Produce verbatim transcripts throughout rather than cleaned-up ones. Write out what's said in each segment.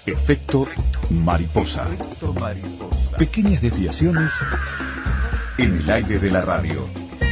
Efecto mariposa. Pequeñas desviaciones en el aire de la radio.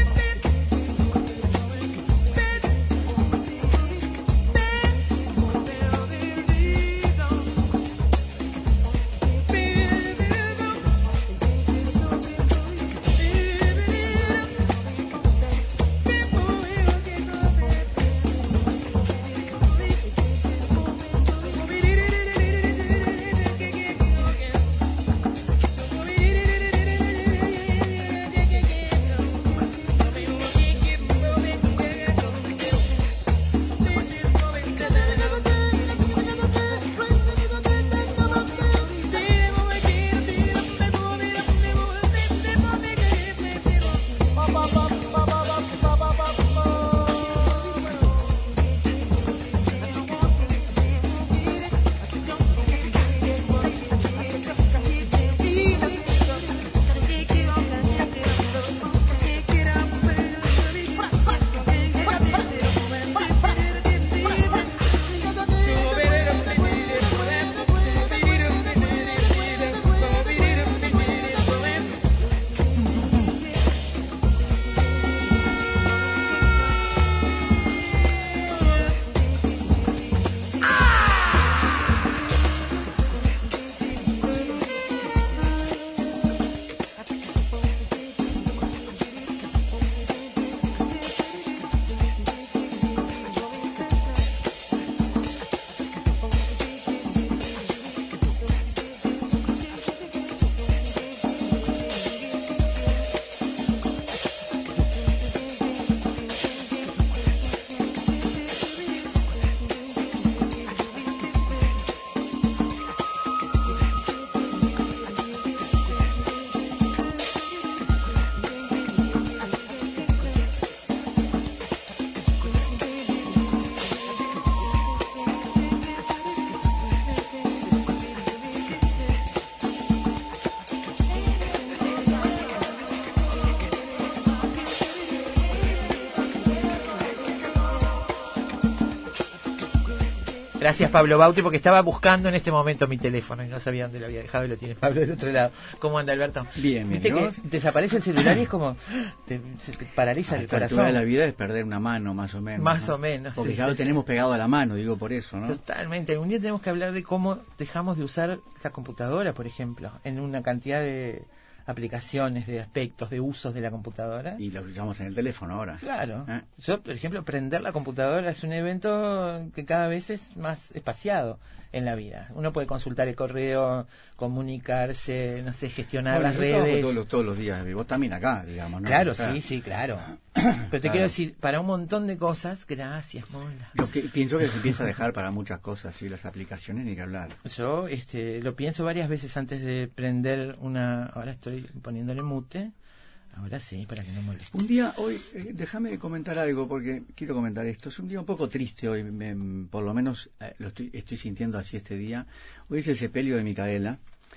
Gracias, Pablo Bauti, porque estaba buscando en este momento mi teléfono y no sabía dónde lo había dejado y lo tiene Pablo del otro lado. ¿Cómo anda, Alberto? Bien, bien. Viste que desaparece el celular y es como te, se te paraliza el corazón. A esta altura de la vida es perder una mano, más o menos. Más ¿no? o menos. Porque sí, ya sí, lo tenemos sí. pegado a la mano, digo por eso, ¿no? Totalmente. Algún día tenemos que hablar de cómo dejamos de usar la computadora, por ejemplo, en una cantidad de aplicaciones, de aspectos, de usos de la computadora. Y lo usamos en el teléfono ahora. Claro. ¿Eh? Yo, por ejemplo, prender la computadora es un evento que cada vez es más espaciado en la vida. Uno puede consultar el correo, comunicarse, no sé, gestionar Bueno, las yo trabajo redes. Todos los, todos los días, y vos también acá, digamos, ¿no? Claro, O sea, sí, sí, claro. Pero te claro. quiero decir, para un montón de cosas, gracias, Mola. Yo que, pienso que se empieza a dejar para muchas cosas, sí, las aplicaciones ni que hablar. Yo este, lo pienso varias veces antes de prender una... Ahora estoy poniéndole mute. Ahora sí, para que no moleste. Un día, hoy, eh, déjame comentar algo, porque quiero comentar esto. Es un día un poco triste hoy, me, por lo menos eh, lo estoy, estoy sintiendo así este día. Hoy es el sepelio de Micaela.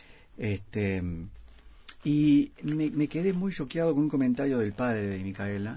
Este, y me, me quedé muy choqueado con un comentario del padre de Micaela,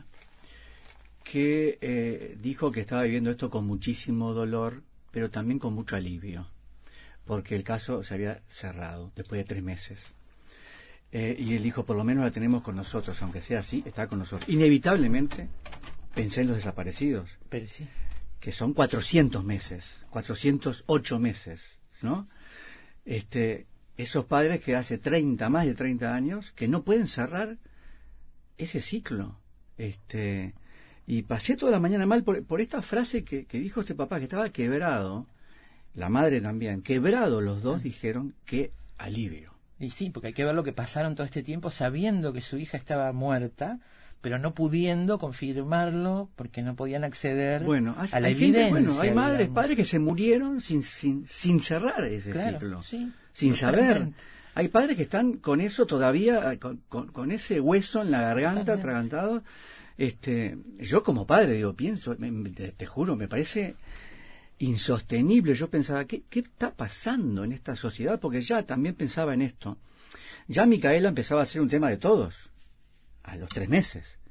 que eh, dijo que estaba viviendo esto con muchísimo dolor, pero también con mucho alivio, porque el caso se había cerrado después de tres meses. Eh, y él dijo, por lo menos la tenemos con nosotros, aunque sea así, está con nosotros. Inevitablemente pensé en los desaparecidos, Pero sí. que son cuatrocientos meses, cuatrocientos ocho meses, ¿no? Este, esos padres que hace treinta, más de treinta años, que no pueden cerrar ese ciclo. Este, y pasé toda la mañana mal por, por esta frase que, que dijo este papá, que estaba quebrado, la madre también, quebrado los dos, dijeron, qué alivio. Y sí, porque hay que ver lo que pasaron todo este tiempo sabiendo que su hija estaba muerta, pero no pudiendo confirmarlo porque no podían acceder bueno, hay, a la hay evidencia. Gente, bueno, hay madres, digamos. padres que se murieron sin sin, sin cerrar ese Claro, ciclo, sí, sin totalmente. saber. Hay padres que están con eso todavía, con, con, con ese hueso en la garganta, Totalmente. atragantado. Este, yo como padre, digo, pienso, me, te, te juro, me parece insostenible. Yo pensaba, ¿qué, ¿qué está pasando en esta sociedad? Porque ya también pensaba en esto. Ya Micaela empezaba a ser un tema de todos, a los tres meses.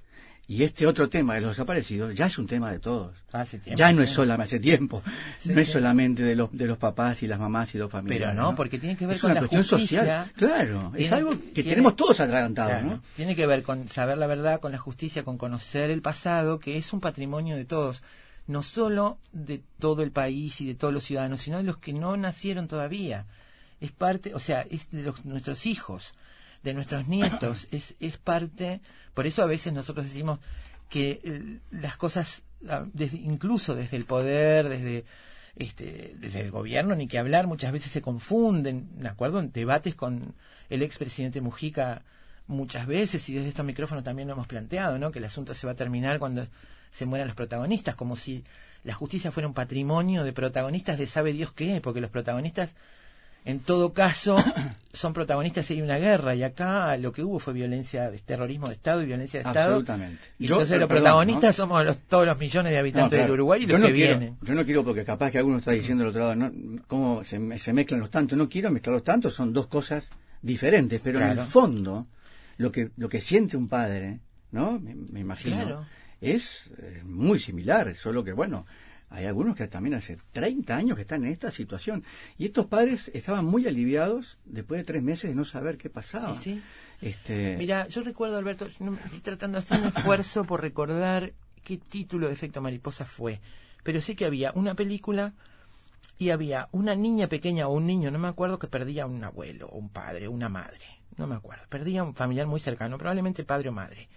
Y este otro tema de los desaparecidos ya es un tema de todos. Hace tiempo, ya no sí. es solamente, hace tiempo, Sí, no es sí. solamente de los de los papás y las mamás y los familiares. Pero no, porque tiene que ver es con una la cuestión justicia. social. Claro, es Tiene- algo que tiene- tenemos todos atragantados, Claro, ¿no? Tiene que ver con saber la verdad, con la justicia, con conocer el pasado, que es un patrimonio de todos, no solo de todo el país y de todos los ciudadanos, sino de los que no nacieron todavía. Es parte, o sea, es de los, nuestros hijos, de nuestros nietos, es, es parte, por eso a veces nosotros decimos que eh, las cosas, ah, desde, incluso desde el poder, desde este, desde el gobierno, ni que hablar, muchas veces se confunden, me acuerdo en debates con el expresidente Mujica muchas veces, y desde estos micrófonos también lo hemos planteado, ¿no? Que el asunto se va a terminar cuando se mueran los protagonistas, como si la justicia fuera un patrimonio de protagonistas de sabe Dios qué, porque los protagonistas, en todo caso, son protagonistas si hay una guerra, y acá lo que hubo fue violencia, de terrorismo de Estado y violencia de Estado. Absolutamente. Y Yo, entonces eh, los perdón, protagonistas ¿no? somos los, todos los millones de habitantes No, claro. del Uruguay y Yo los no que quiero, vienen. Yo no quiero, porque capaz que alguno está diciendo del otro lado, ¿no? ¿Cómo se, me- se mezclan los tantos? No quiero mezclar los tantos, son dos cosas diferentes, pero en Claro. el fondo, lo que lo que siente un padre, ¿no? Me, me imagino, Claro. es eh, muy similar, solo que, bueno, hay algunos que también hace treinta años que están en esta situación. Y estos padres estaban muy aliviados después de tres meses de no saber qué pasaba. Y sí. Este, Mira, yo recuerdo, Alberto, no- estoy tratando de hacer un esfuerzo por recordar qué título de Efecto Mariposa fue, pero sé que había una película y había una niña pequeña o un niño, no me acuerdo, que perdía a un abuelo, o un padre, o una madre, no me acuerdo, perdía a un familiar muy cercano, probablemente padre o madre,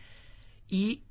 y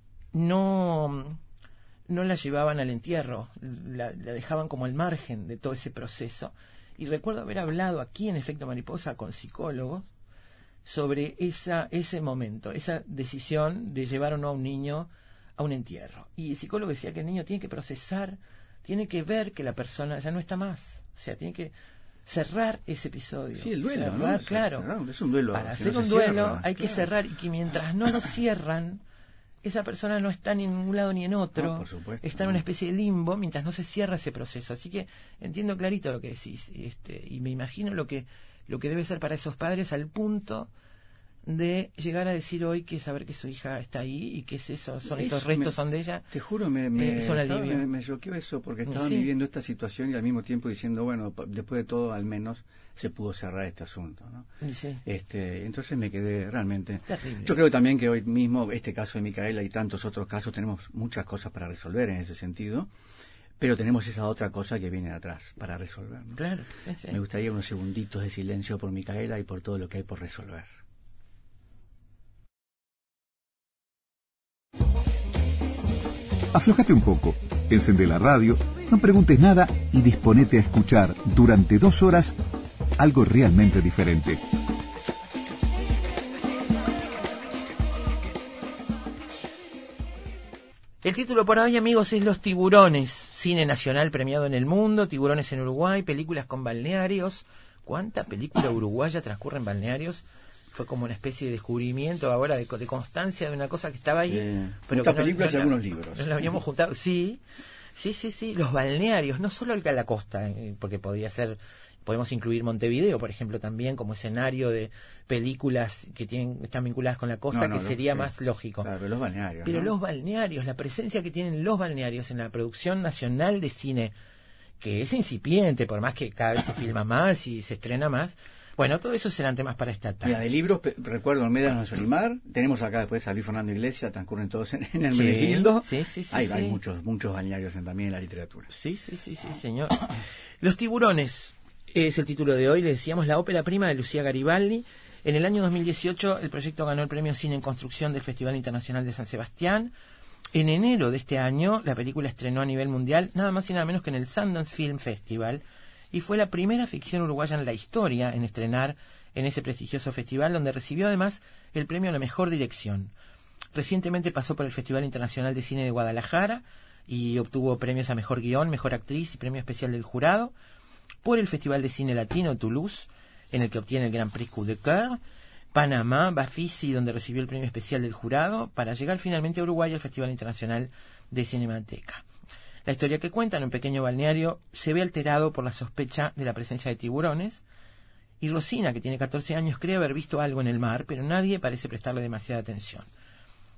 no, no la llevaban al entierro, la, la dejaban como al margen de todo ese proceso. Y recuerdo haber hablado aquí en Efecto Mariposa con psicólogos sobre esa, ese momento, esa decisión de llevar o no a un niño a un entierro. Y el psicólogo decía que el niño tiene que procesar, tiene que ver que la persona ya no está más. O sea, tiene que cerrar ese episodio. sí, el duelo, cerrar, ¿no? Es- claro. claro, es un duelo. Para si hacer no un se duelo cierra, hay que claro. cerrar, y que mientras no lo cierran, esa persona no está ni en un lado ni en otro. No, por supuesto, está en no. una especie de limbo mientras no se cierra ese proceso. Así que entiendo clarito lo que decís, este, y me imagino lo que lo que debe ser para esos padres, al punto de llegar a decir hoy que saber que su hija está ahí y que es eso, son estos Eso restos, me- son de ella. Te juro, me, me, Eh, es un estaba- alivio. me, me choqueó eso, porque estaban Sí. viviendo esta situación y al mismo tiempo diciendo, bueno, pa- después de todo, al menos se pudo cerrar este asunto, ¿no? Y sí, Este, entonces me quedé realmente... terrible. Yo creo también que hoy mismo, este caso de Micaela y tantos otros casos, tenemos muchas cosas para resolver en ese sentido, pero tenemos esa otra cosa que viene atrás para resolver, ¿no? Claro, sí, sí. Me gustaría unos segunditos de silencio por Micaela y por todo lo que hay por resolver. Aflójate un poco, encende la radio, no preguntes nada y disponete a escuchar durante dos horas algo realmente diferente. El título por hoy, amigos, es Los Tiburones, cine nacional premiado en el mundo, tiburones en Uruguay, películas con balnearios. ¿Cuánta película uruguaya transcurre en balnearios? Fue como una especie de descubrimiento ahora de, de constancia de una cosa que estaba ahí. Sí. pero Muchas que no- películas no y la- algunos libros. No la habíamos juntado, sí, sí, sí, sí, los balnearios, no solo el que a la costa, eh, porque podía ser, podemos incluir Montevideo, por ejemplo, también como escenario de películas que tienen están vinculadas con la costa, No, no, que lo- sería sí. más lógico. Claro, pero los balnearios, Pero ¿no? los balnearios, la presencia que tienen los balnearios en la producción nacional de cine, que es incipiente, por más que cada vez se filma más y se estrena más, bueno, todo eso serán temas para esta tarde. Mira, de libros, pe- recuerdo en Médanos de Solimar, tenemos acá después a Luis Fernando Iglesias, transcurren todos en, en el Sí, Menegildo. sí, sí, sí, hay, sí. hay muchos, muchos balnearios en- también en la literatura. Sí, sí, sí, sí, señor. Los tiburones es el título de hoy, le decíamos, la ópera prima de Lucía Garibaldi. En el año dos mil dieciocho el proyecto ganó el premio Cine en Construcción del Festival Internacional de San Sebastián. En enero de este año la película estrenó a nivel mundial nada más y nada menos que en el Sundance Film Festival, y fue la primera ficción uruguaya en la historia en estrenar en ese prestigioso festival, donde recibió además el premio a la mejor dirección. Recientemente pasó por el Festival Internacional de Cine de Guadalajara y obtuvo premios a mejor guión, mejor actriz y premio especial del jurado, por el Festival de Cine Latino de Toulouse, en el que obtiene el Grand Prix Coup de Cœur, Panamá, Bafisi, donde recibió el premio especial del jurado, para llegar finalmente a Uruguay al Festival Internacional de Cinemateca. La historia que cuenta en un pequeño balneario se ve alterado por la sospecha de la presencia de tiburones, y Rosina, que tiene catorce años, cree haber visto algo en el mar, pero nadie parece prestarle demasiada atención.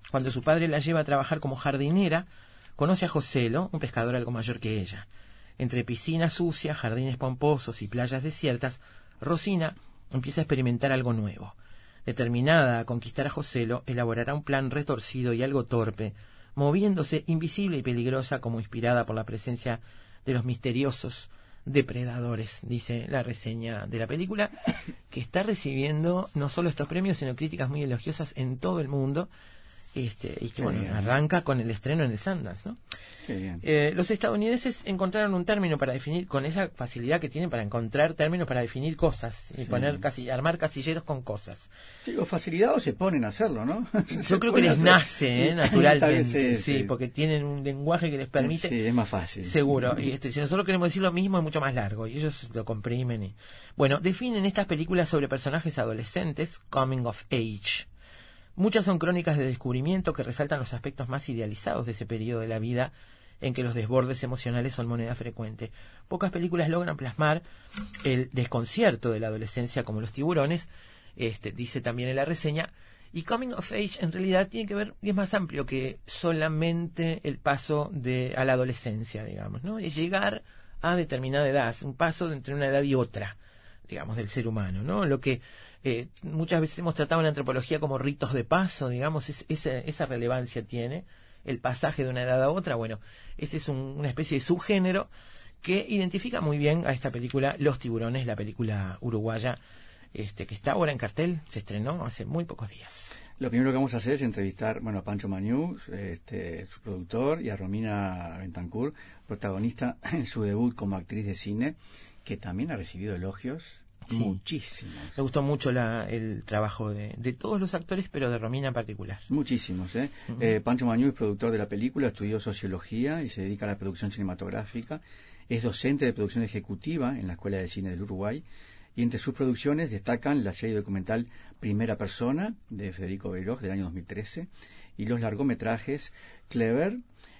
Cuando su padre la lleva a trabajar como jardinera, conoce a Joselo, un pescador algo mayor que ella. Entre piscinas sucias, jardines pomposos y playas desiertas, Rosina empieza a experimentar algo nuevo. Determinada a conquistar a Joselo, elaborará un plan retorcido y algo torpe, moviéndose invisible y peligrosa como inspirada por la presencia de los misteriosos depredadores, dice la reseña de la película, que está recibiendo no solo estos premios, sino críticas muy elogiosas en todo el mundo. Este, y que Qué bueno, bien. arranca con el estreno en el Sundance, ¿no? Qué bien. Eh, los estadounidenses encontraron un término para definir, con esa facilidad que tienen para encontrar términos para definir cosas y sí. poner casi, armar casilleros con cosas. Sí, o facilidad o se ponen a hacerlo, ¿no? Yo creo que les nace, ¿eh? naturalmente, sí, sí, sí, porque tienen un lenguaje que les permite. Sí, es más fácil. Seguro. Y este, si nosotros queremos decir lo mismo, es mucho más largo y ellos lo comprimen. Y... Bueno, definen estas películas sobre personajes adolescentes, coming of age. Muchas son crónicas de descubrimiento que resaltan los aspectos más idealizados de ese periodo de la vida en que los desbordes emocionales son moneda frecuente. Pocas películas logran plasmar el desconcierto de la adolescencia como Los tiburones, este, dice también en la reseña, y Coming of Age en realidad tiene que ver, y es más amplio que solamente el paso de a la adolescencia, digamos, ¿no? Es llegar a determinada edad, un paso de entre una edad y otra, digamos, del ser humano, ¿no? Lo que Eh, muchas veces hemos tratado en la antropología como ritos de paso, digamos, es, esa, esa relevancia tiene el pasaje de una edad a otra. Bueno, ese es un, una especie de subgénero que identifica muy bien a esta película Los tiburones, la película uruguaya este, que está ahora en cartel, se estrenó hace muy pocos días. Lo primero que vamos a hacer es entrevistar, bueno, a Pancho Mañú, este, su productor, y a Romina Bentancur, protagonista en su debut como actriz de cine, que también ha recibido elogios. Sí. Muchísimos. Me gustó mucho la, el trabajo de, de todos los actores, pero de Romina en particular. Muchísimos, ¿eh? Uh-huh. eh Pancho Mañú es productor de la película, estudió sociología y se dedica a la producción cinematográfica. Es docente de producción ejecutiva en la Escuela de Cine del Uruguay. Y entre sus producciones destacan la serie documental Primera Persona, de Federico Beiroj, del año dos mil trece, y los largometrajes Clever,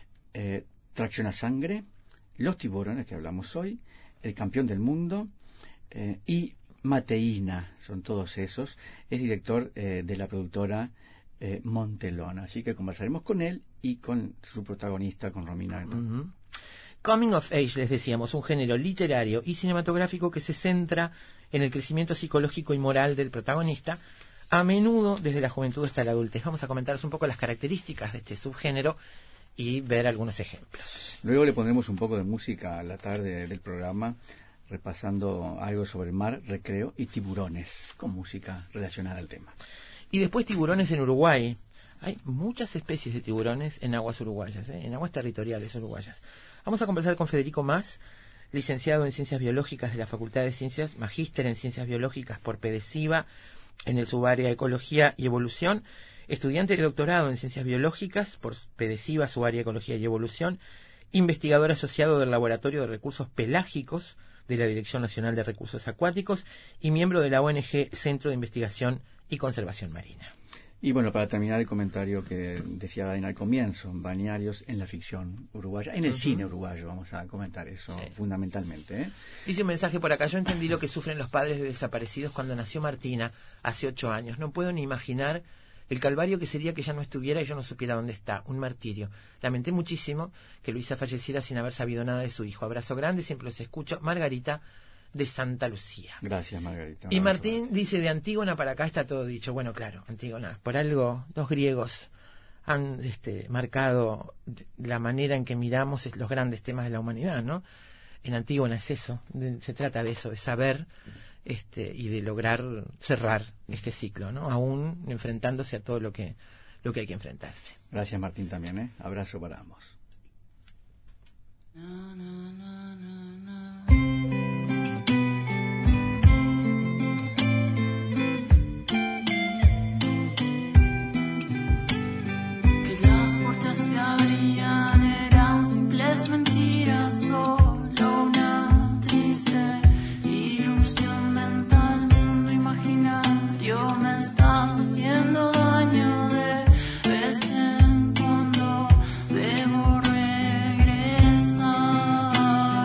eh, Tracción a Sangre, Los tiburones, que hablamos hoy, El campeón del mundo, eh, y Mateína, son todos esos. Es director eh, de la productora eh, Montelona, así que conversaremos con él y con su protagonista, con Romina. Uh-huh. Coming of Age, les decíamos, un género literario y cinematográfico que se centra en el crecimiento psicológico y moral del protagonista, a menudo desde la juventud hasta la adultez. Vamos a comentaros un poco las características de este subgénero y ver algunos ejemplos. Luego le pondremos un poco de música a la tarde del programa, repasando algo sobre el mar, recreo y tiburones, con música relacionada al tema. Y después tiburones en Uruguay. Hay muchas especies de tiburones en aguas uruguayas, ¿eh? en aguas territoriales uruguayas. Vamos a conversar con Federico Mas, licenciado en Ciencias Biológicas de la Facultad de Ciencias, magíster en Ciencias Biológicas por PEDESIVA, en el subárea Ecología y Evolución, estudiante de doctorado en Ciencias Biológicas por PEDESIVA, subárea Ecología y Evolución, investigador asociado del Laboratorio de Recursos Pelágicos de la Dirección Nacional de Recursos Acuáticos y miembro de la O N G Centro de Investigación y Conservación Marina. Y bueno, para terminar el comentario que decía Daina al comienzo, balnearios en la ficción uruguaya, en el uh-huh. cine uruguayo, vamos a comentar eso sí. fundamentalmente. ¿eh? Dice un mensaje por acá, yo entendí lo que sufren los padres de desaparecidos cuando nació Martina hace ocho años. No puedo ni imaginar el calvario que sería que ella no estuviera y yo no supiera dónde está. Un martirio. Lamenté muchísimo que Luisa falleciera sin haber sabido nada de su hijo. Abrazo grande, siempre los escucho. Margarita, de Santa Lucía. Gracias, Margarita. Y Martín abrazo. Dice, de Antígona para acá está todo dicho. Bueno, claro, Antígona. Por algo, los griegos han este, marcado la manera en que miramos los grandes temas de la humanidad, ¿no? En Antígona es eso. De, se trata de eso, de saber este y de lograr cerrar este ciclo, ¿no? Aún enfrentándose a todo lo que, lo que hay que enfrentarse. Gracias, Martín, también, ¿eh? Abrazo para ambos. No, no, no, no, no. Se abrían, eran simples mentiras, solo una triste ilusión mental, mundo imaginario, me estás haciendo daño, de vez en cuando debo regresar.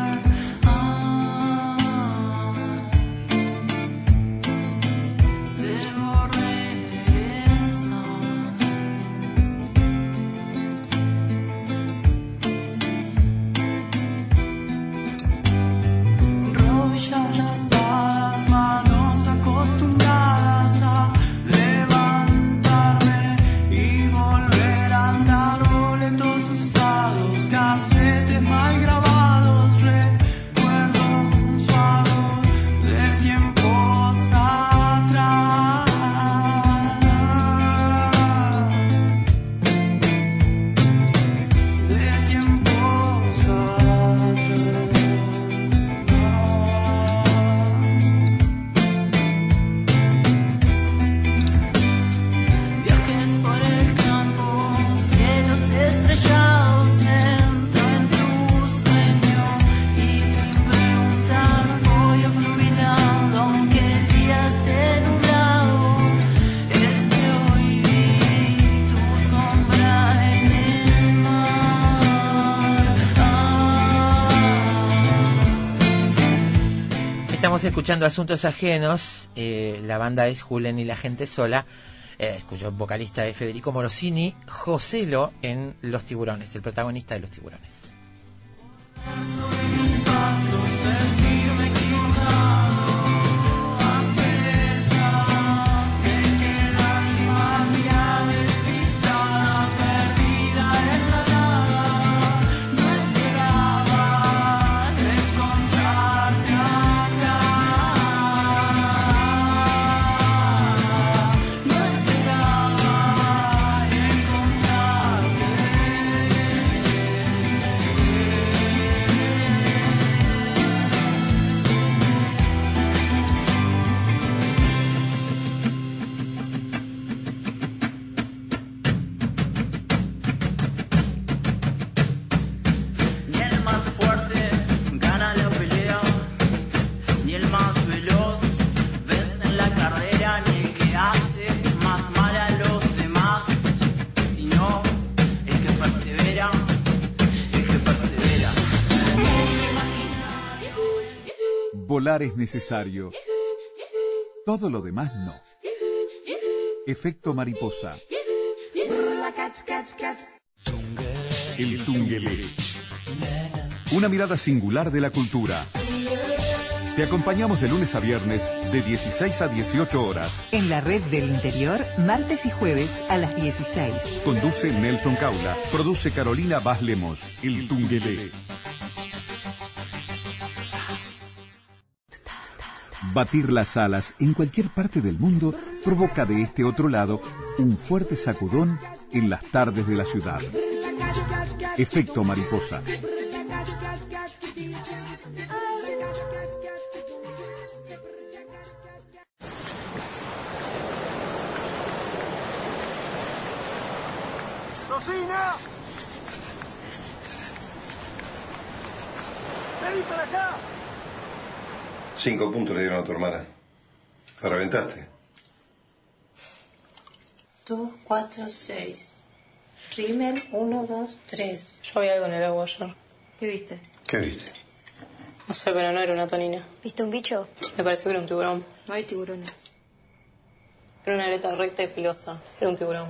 escuchando Asuntos Ajenos, eh, la banda es Julen y la gente sola, eh, cuyo vocalista es Federico Morosini, Joselo en Los Tiburones, el protagonista de Los Tiburones. Volar es necesario. Todo lo demás no. Efecto mariposa. El Tungelé. Una mirada singular de la cultura. Te acompañamos de lunes a viernes de dieciséis a dieciocho horas. En la red del interior, martes y jueves a las dieciséis. Conduce Nelson Caula. Produce Carolina Vaz Lemos. El Tungelé. Batir las alas en cualquier parte del mundo provoca de este otro lado un fuerte sacudón en las tardes de la ciudad. Efecto mariposa. ¡Rosina! ¡Vení para acá! Cinco puntos le dieron a tu hermana. La reventaste. Dos, cuatro, seis. Rímel, uno, dos, tres. Yo vi algo en el agua ayer. ¿Qué viste? ¿Qué viste? No sé, pero no era una tonina. ¿Viste un bicho? Me pareció que era un tiburón. No hay tiburones. Era una aleta recta y filosa. Era un tiburón.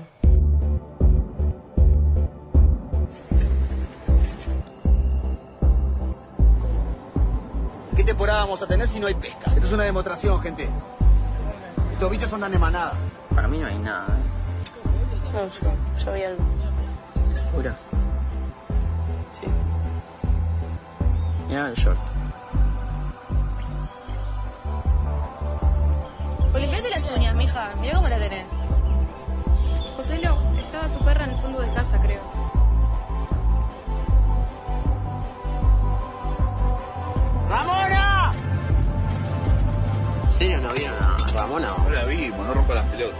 ¿Qué temporada vamos a tener si no hay pesca? Esto es una demostración, gente. Estos bichos son tan de manada. Para mí no hay nada, ¿eh? No, yo, yo vi algo. ¿Segura? Sí. Mirá el short. Limpiate las uñas, mija. Mirá cómo la tenés. Joselo, estaba tu perra en el fondo de casa, creo. ¡Ramona! ¿En serio no vieron a Ramona? No la vimos, no rompa las pelotas.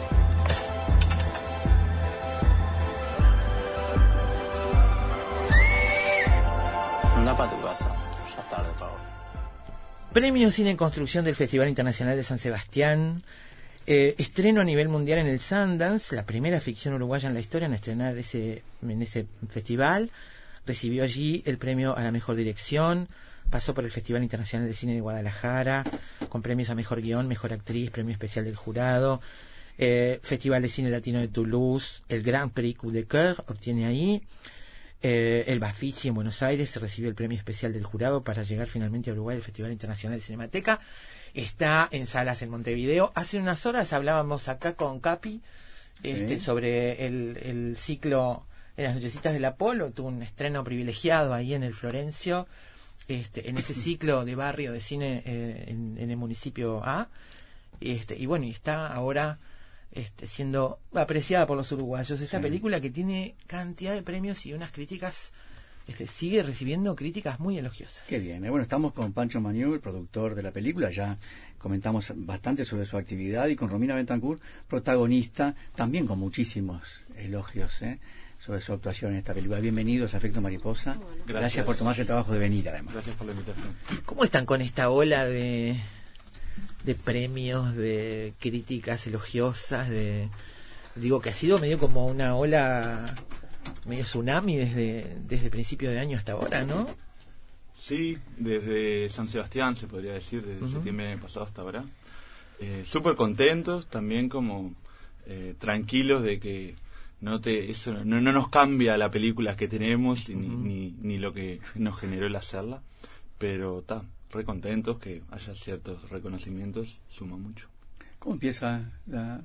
Anda para tu casa. Ya es tarde, Pablo. Premio Cine en Construcción del Festival Internacional de San Sebastián. Eh, estreno a nivel mundial en el Sundance, la primera ficción uruguaya en la historia en estrenar ese, en ese festival. Recibió allí el premio a la mejor dirección. Pasó por el Festival Internacional de Cine de Guadalajara, con premios a Mejor Guión, Mejor Actriz, Premio Especial del Jurado, eh, Festival de Cine Latino de Toulouse, el Grand Prix Coup de Coeur obtiene ahí, eh, el Bafisi en Buenos Aires recibió el Premio Especial del Jurado para llegar finalmente a Uruguay, el Festival Internacional de Cinemateca, está en salas en Montevideo. Hace unas horas hablábamos acá con Capi este, ¿Sí? sobre el, el ciclo en las Nochecitas del Apolo, tuvo un estreno privilegiado ahí en el Florencio, Este, en ese ciclo de barrio de cine eh, en, en el municipio A, este, y bueno, y está ahora este, siendo apreciada por los uruguayos. Esa Sí. película que tiene cantidad de premios y unas críticas, este, sigue recibiendo críticas muy elogiosas. Qué bien. eh. Bueno, estamos con Pancho Maniú, el productor de la película, ya comentamos bastante sobre su actividad, y con Romina Betancourt, protagonista, también con muchísimos elogios, ¿eh? sobre su actuación en esta película. Bienvenidos a Efecto Mariposa. Gracias. Gracias por tomarse el trabajo de venir, además. Gracias por la invitación. ¿Cómo están con esta ola de, de premios, de críticas elogiosas? De, digo que ha sido medio como una ola, medio tsunami desde, desde principio de año hasta ahora, ¿no? Sí, desde San Sebastián, se podría decir, desde uh-huh. septiembre del año pasado hasta ahora. Eh, súper contentos, también como eh, tranquilos de que no te eso no, no nos cambia la película que tenemos uh-huh. ni, ni, ni lo que nos generó el hacerla, pero está, re contentos, que haya ciertos reconocimientos, suma mucho. ¿Cómo empieza la,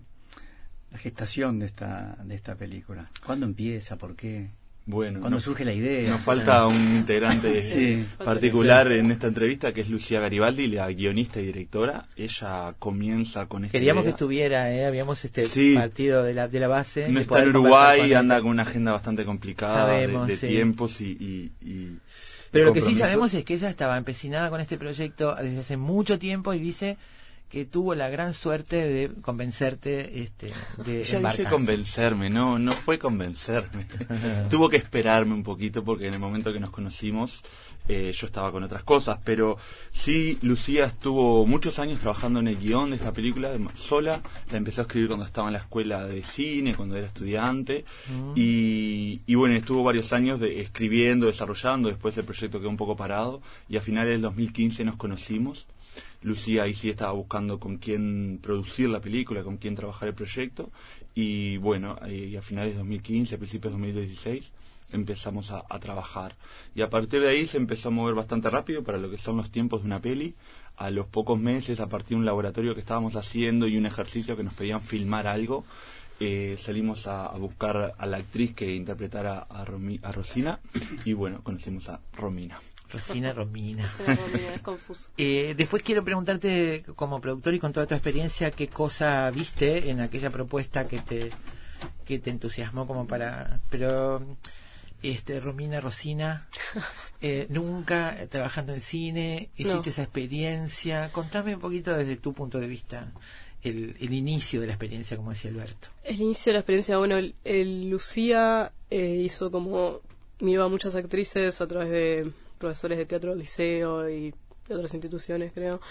la gestación de esta de esta película? ¿Cuándo empieza? ¿Por qué? Bueno, ¿Cuándo nos, surge la idea? Nos falta un integrante sí. particular en esta entrevista, que es Lucía Garibaldi, la guionista y directora. Ella comienza con esta Queríamos idea. que estuviera, ¿eh? Habíamos este sí. partido de la, de la base. No está en Uruguay, anda con una agenda bastante complicada. Sabemos, de, de sí. tiempos y... y, y Pero y lo que sí sabemos es que ella estaba empecinada con este proyecto desde hace mucho tiempo y dice que tuvo la gran suerte de convencerte este, de Ella embarcarse. dice convencerme, no, no fue convencerme. Tuvo que esperarme un poquito porque en el momento que nos conocimos eh, yo estaba con otras cosas, pero sí, Lucía estuvo muchos años trabajando en el guión de esta película sola. La empezó a escribir cuando estaba en la escuela de cine, cuando era estudiante, mm. y, y bueno, estuvo varios años de, escribiendo, desarrollando. Después el proyecto quedó un poco parado y a finales del dos mil quince nos conocimos. Lucía ahí sí estaba buscando con quién producir la película, con quién trabajar el proyecto, y bueno, y a finales de dos mil quince, a principios de dos mil dieciséis empezamos a, a trabajar, y a partir de ahí se empezó a mover bastante rápido para lo que son los tiempos de una peli. A los pocos meses, a partir de un laboratorio que estábamos haciendo y un ejercicio que nos pedían filmar algo, eh, salimos a, a buscar a la actriz que interpretara a, Romi, a Rosina, y bueno, conocimos a Romina. Rosina Romina. Rosina Romina, es confuso. Eh, después quiero preguntarte, como productor y con toda tu experiencia, ¿qué cosa viste en aquella propuesta que te que te entusiasmó como para... Pero, este Romina, Rosina, eh, nunca trabajando en cine, hiciste no. esa experiencia. Contame un poquito desde tu punto de vista el, el inicio de la experiencia, como decía Alberto. El inicio de la experiencia, bueno, el, el Lucía eh, hizo como... Miró a muchas actrices a través de... profesores de teatro del liceo y de otras instituciones, creo,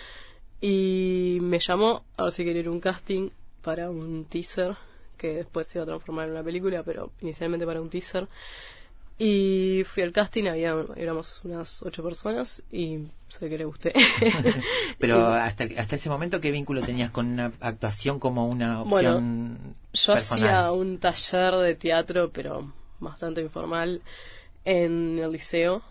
y me llamó a ver si quería ir a un casting para un teaser que después se iba a transformar en una película, pero inicialmente para un teaser, y fui al casting. Había éramos unas ocho personas y sé que le gusté. Pero hasta hasta ese momento, ¿qué vínculo tenías con una actuación como una opción bueno, yo personal? Hacía un taller de teatro, pero bastante informal, en el liceo.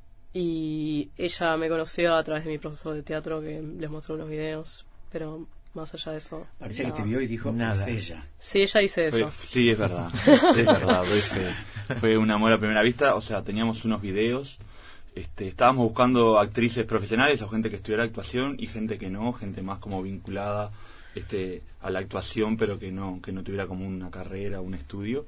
Y ella me conoció a través de mi profesor de teatro, que les mostró unos videos, pero más allá de eso... Parece no. que te vio y dijo, nada. Es ella. Sí, ella dice eso. Fue, sí, es verdad. Es verdad. Fue, fue un amor a primera vista. O sea, teníamos unos videos. Este, estábamos buscando actrices profesionales o gente que estudiara actuación y gente que no, gente más como vinculada este, a la actuación, pero que no, que no tuviera como una carrera, un estudio.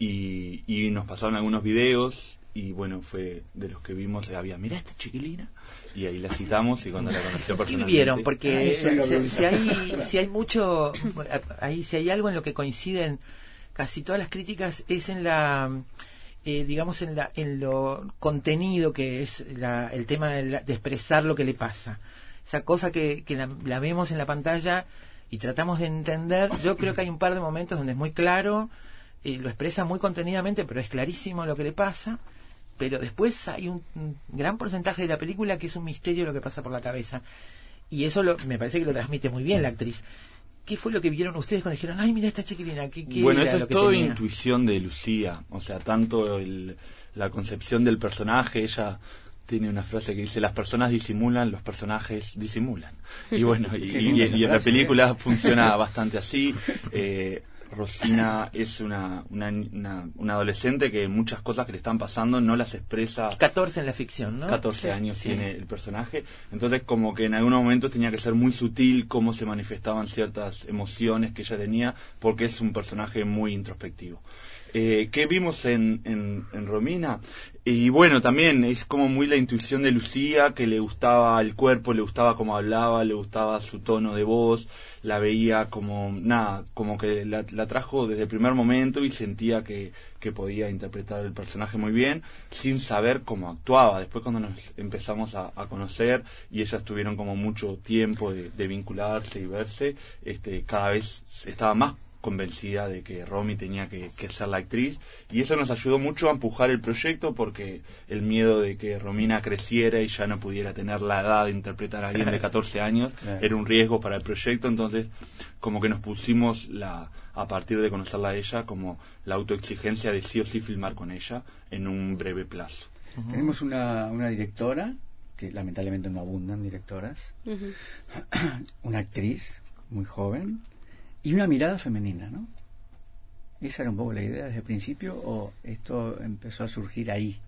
Y, y nos pasaron algunos videos. Y bueno, fue de los que vimos, había, mira esta chiquilina, y ahí la citamos y cuando la conoció personalmente... ¿Qué vieron? Porque si, si, hay, si hay mucho, hay, si hay algo en lo que coinciden casi todas las críticas, es en la, eh, digamos, en la en lo contenido que es la, el tema de, la, de expresar lo que le pasa. Esa cosa que, que la, la vemos en la pantalla y tratamos de entender. Yo creo que hay un par de momentos donde es muy claro, eh, lo expresa muy contenidamente, pero es clarísimo lo que le pasa. Pero después hay un, un gran porcentaje de la película que es un misterio lo que pasa por la cabeza. Y eso lo, me parece que lo transmite muy bien la actriz. ¿Qué fue lo que vieron ustedes cuando dijeron, ay, mira esta chiquilina? ¿Qué, qué bueno, era eso lo es que todo tenía? Intuición de Lucía. O sea, tanto el, la concepción del personaje, ella tiene una frase que dice, las personas disimulan, los personajes disimulan. Y bueno, y, y, y en la película funciona bastante así. Eh, Rosina es una, una, una, una adolescente que muchas cosas que le están pasando no las expresa. catorce en la ficción, ¿no? catorce sí, años sí. tiene el personaje. Entonces como que en algunos momentos tenía que ser muy sutil cómo se manifestaban ciertas emociones que ella tenía, porque es un personaje muy introspectivo. Eh, ¿Qué vimos en, en, en Romina? Y bueno, también es como muy la intuición de Lucía, que le gustaba el cuerpo, le gustaba cómo hablaba, le gustaba su tono de voz, la veía como, nada, como que la, la trajo desde el primer momento y sentía que, que podía interpretar el personaje muy bien, sin saber cómo actuaba. Después cuando nos empezamos a, a conocer y ellas tuvieron como mucho tiempo de, de vincularse y verse, este, cada vez estaba más convencida de que Romy tenía que, que ser la actriz, y eso nos ayudó mucho a empujar el proyecto, porque el miedo de que Romina creciera y ya no pudiera tener la edad de interpretar a alguien de catorce años era un riesgo para el proyecto. Entonces como que nos pusimos la a partir de conocerla a ella como la autoexigencia de sí o sí filmar con ella en un breve plazo. Uh-huh. Tenemos una, una directora, que lamentablemente no abundan directoras, uh-huh. una actriz muy joven y una mirada femenina, ¿no? ¿Esa era un poco la idea desde el principio o esto empezó a surgir ahí?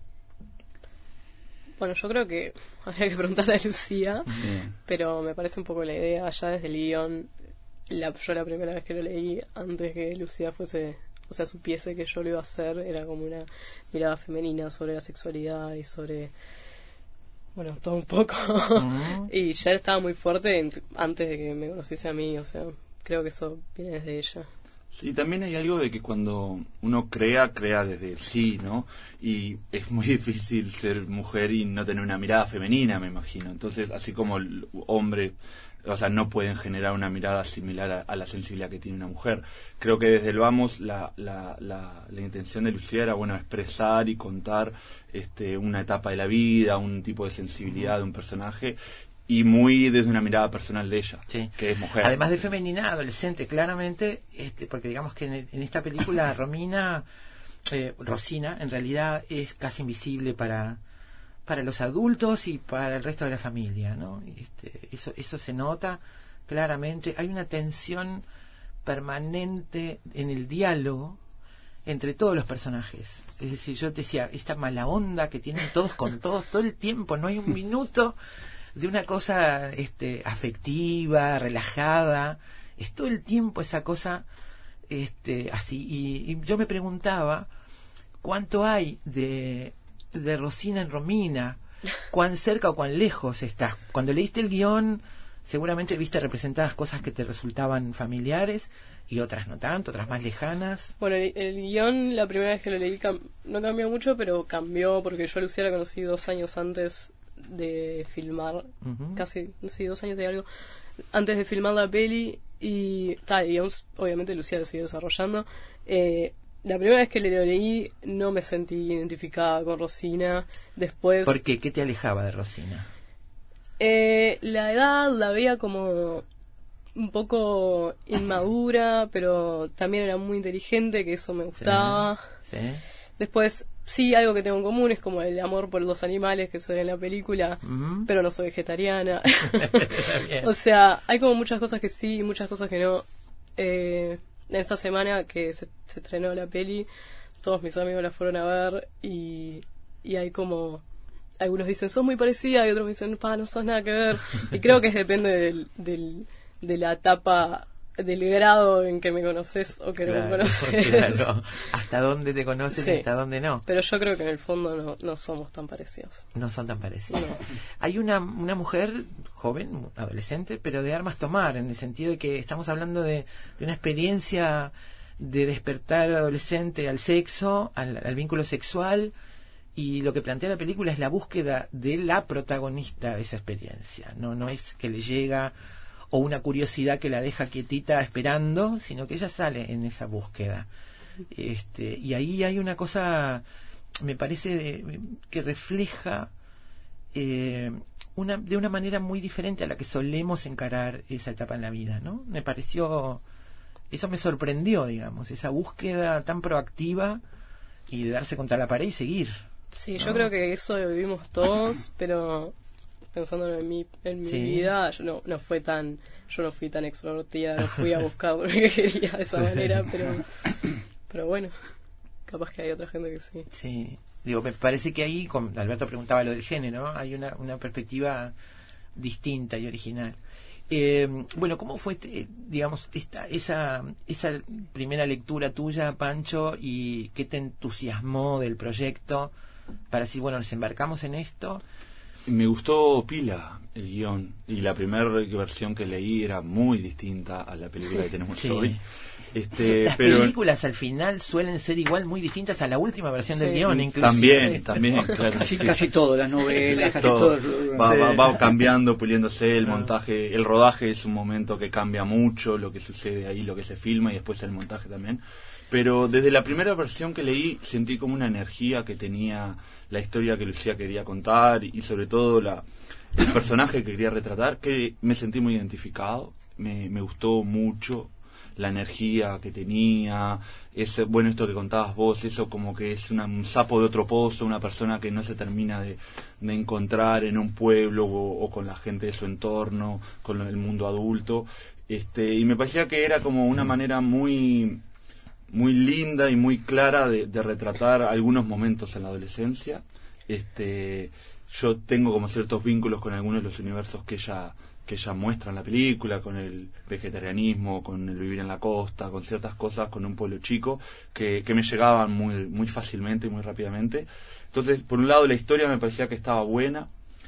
Bueno, yo creo que habría que preguntarle a Lucía, sí. pero me parece un poco la idea ya desde el guión. La, yo la primera vez que lo leí, antes que Lucía fuese, o sea, supiese que yo lo iba a hacer, era como una mirada femenina sobre la sexualidad y sobre, bueno, todo un poco. Uh-huh. Y ya estaba muy fuerte en, antes de que me conociese a mí, o sea, creo que eso viene desde ella. Sí, también hay algo de que cuando uno crea, crea desde el sí, ¿no? Y es muy difícil ser mujer y no tener una mirada femenina, me imagino. Entonces, así como el hombre, o sea, no pueden generar una mirada similar a, a la sensibilidad que tiene una mujer. Creo que desde el vamos, la, la, la, la intención de Lucía era, bueno, expresar y contar este, una etapa de la vida, un tipo de sensibilidad de un personaje, y muy desde una mirada personal de ella, sí. que es mujer. Además de femenina, adolescente, claramente, este, porque digamos que en, el, en esta película Romina, eh, Rosina, en realidad es casi invisible para para los adultos y para el resto de la familia, ¿no? Este, eso eso se nota claramente. Hay una tensión permanente en el diálogo entre todos los personajes. Es decir, yo te decía, esta mala onda que tienen todos con todos todo el tiempo, no hay un minuto de una cosa este afectiva, relajada, es todo el tiempo esa cosa este así. Y, y yo me preguntaba cuánto hay de, de Rosina en Romina, cuán cerca o cuán lejos estás. Cuando leíste el guión, seguramente viste representadas cosas que te resultaban familiares y otras no tanto, otras más lejanas. Bueno, el, el guión, la primera vez que lo leí, cam- no cambió mucho, pero cambió porque yo a Lucía la conocí dos años antes de filmar, uh-huh. casi, no sé, dos años de algo, antes de filmar la peli, y tal, y aún, obviamente Lucía lo siguió desarrollando. Eh, la primera vez que lo leí no me sentí identificada con Rosina. Después... ¿Por qué? ¿Qué te alejaba de Rosina? Eh, la edad la veía como un poco inmadura, pero también era muy inteligente, que eso me gustaba. Sí, sí. Después, sí, algo que tengo en común es como el amor por los animales que se ve en la película, uh-huh. pero no soy vegetariana. O sea, hay como muchas cosas que sí y muchas cosas que no. Eh, en esta semana que se, se estrenó la peli, todos mis amigos la fueron a ver y, y hay como... Algunos dicen, sos muy parecida, y otros me dicen, pa, no sos nada que ver. Y creo que depende del, del, de la etapa, del grado en que me conoces o que claro, no me conoces. Claro. Hasta dónde te conoces sí. y hasta dónde no. Pero yo creo que en el fondo no, no somos tan parecidos. No son tan parecidos. No. Hay una, una mujer joven, adolescente, pero de armas tomar, en el sentido de que estamos hablando de, de una experiencia de despertar adolescente al sexo, al, al vínculo sexual. Y lo que plantea la película es la búsqueda de la protagonista de esa experiencia. No, no es que le llega o una curiosidad que la deja quietita esperando, sino que ella sale en esa búsqueda. Este, y ahí hay una cosa, me parece, de, que refleja eh, una, de una manera muy diferente a la que solemos encarar esa etapa en la vida, ¿no? Me pareció, eso me sorprendió, digamos, esa búsqueda tan proactiva y de darse contra la pared y seguir. Sí, ¿no? Yo creo que eso lo vivimos todos, pero pensando en mi, en mi sí. vida, yo no, no fue tan, yo no fui tan extrovertida, no fui a buscar porque quería de esa sí. manera, pero pero bueno, capaz que hay otra gente que sí. Sí, digo, me parece que ahí, como Alberto preguntaba lo del género, ¿no? Hay una, una perspectiva distinta y original. Eh, bueno, ¿cómo fue, este, digamos, esta, esa, esa primera lectura tuya, Pancho, y qué te entusiasmó del proyecto para decir, bueno, nos embarcamos en esto? Me gustó pila el guión, y la primera versión que leí era muy distinta a la película que tenemos sí. hoy. Este, Las pero películas al final suelen ser igual muy distintas a la última versión Sí. del guión, inclusive. también, también, claro. Casi, sí. casi todo, las novelas, Sí, casi todo. todo. Va, Sí. va, va cambiando, puliéndose el Ah. montaje, el rodaje es un momento que cambia mucho, lo que sucede ahí, lo que se filma y después el montaje también. Pero desde la primera versión que leí sentí como una energía que tenía la historia que Lucía quería contar y sobre todo la, el personaje que quería retratar, que me sentí muy identificado, me, me gustó mucho la energía que tenía, ese, bueno, esto que contabas vos, eso como que es una, un sapo de otro pozo, una persona que no se termina de, de encontrar en un pueblo o, o con la gente de su entorno, con el mundo adulto, este, y me parecía que era como una manera muy muy linda y muy clara de, de retratar algunos momentos en la adolescencia. Este, yo tengo como ciertos vínculos con algunos de los universos que ella que ella muestra en la película, con el vegetarianismo, con el vivir en la costa, con ciertas cosas, con un pueblo chico, que, que me llegaban muy, muy fácilmente y muy rápidamente. Entonces, por un lado, la historia me parecía que estaba buena.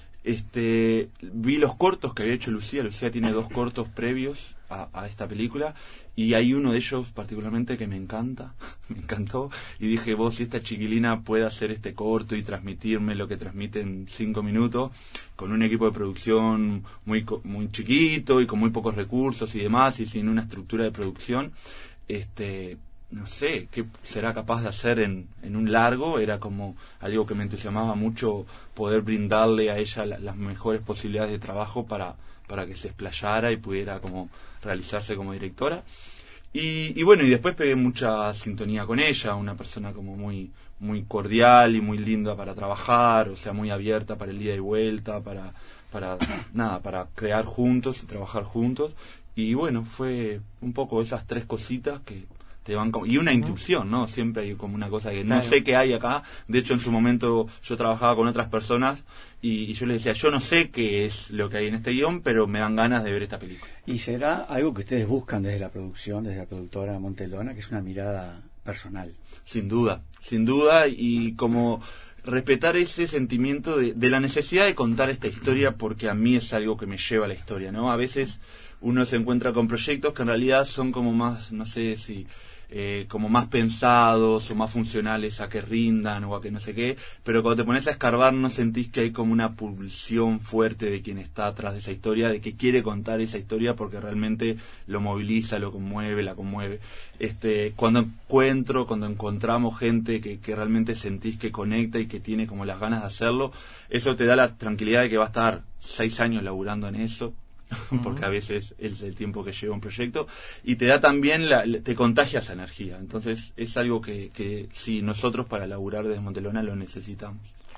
Este, vi los cortos que había hecho Lucía. Lucía tiene dos cortos previos a, a esta película y hay uno de ellos particularmente que me encanta, me encantó y dije, vos, si esta chiquilina puede hacer este corto y transmitirme lo que transmite en cinco minutos con un equipo de producción muy muy chiquito y con muy pocos recursos y demás y sin una estructura de producción, este no sé qué será capaz de hacer en, en un largo. Era como algo que me entusiasmaba mucho, poder brindarle a ella la, las mejores posibilidades de trabajo para, para que se explayara y pudiera como realizarse como directora. Y, y bueno, y después pegué mucha sintonía con ella, una persona como muy muy cordial y muy linda para trabajar, o sea, muy abierta para el ida y vuelta, para, para nada, para crear juntos y trabajar juntos. Y bueno, fue un poco esas tres cositas que te van como, y una intuición, ¿no? Siempre hay como una cosa que no Claro. sé qué hay acá. De hecho, en su momento yo trabajaba con otras personas y, y yo les decía, yo no sé qué es lo que hay en este guión, pero me dan ganas de ver esta película. Y será algo que ustedes buscan desde la producción, desde la productora Montelona, que es una mirada personal. Sin duda, sin duda, y como respetar ese sentimiento de, de la necesidad de contar esta historia, porque a mí es algo que me lleva a la historia, ¿no? A veces uno se encuentra con proyectos que en realidad son como más, no sé si... Eh, como más pensados o más funcionales a que rindan o a que no sé qué, pero cuando te pones a escarbar no sentís que hay como una pulsión fuerte de quien está atrás de esa historia, de que quiere contar esa historia porque realmente lo moviliza, lo conmueve, la conmueve. Este, cuando encuentro, cuando encontramos gente que, que realmente sentís que conecta y que tiene como las ganas de hacerlo, eso te da la tranquilidad de que va a estar seis años laburando en eso, porque a veces es el tiempo que lleva un proyecto, y te da también, la, te contagia esa energía. Entonces es algo que, que sí, nosotros para laburar desde Montelona lo necesitamos.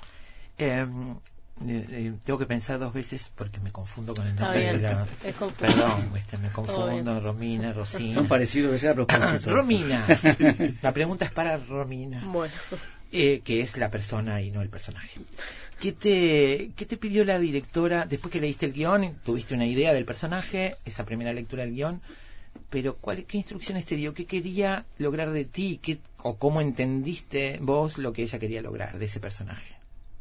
Eh, eh, eh, tengo que pensar dos veces porque me confundo con el Está nombre bien, de la... es confuso. Perdón, este, me Todo confundo, bien. Romina, Rosina. Son parecidos, que sea a propósito. Romina. La pregunta es para Romina. Bueno. Eh, que es la persona y no el personaje. ¿Qué te, ¿Qué te pidió la directora después que leíste el guión? Tuviste una idea del personaje, esa primera lectura del guión, pero ¿cuál, ¿qué instrucciones te dio? ¿Qué quería lograr de ti? ¿Qué, ¿O cómo entendiste vos lo que ella quería lograr de ese personaje?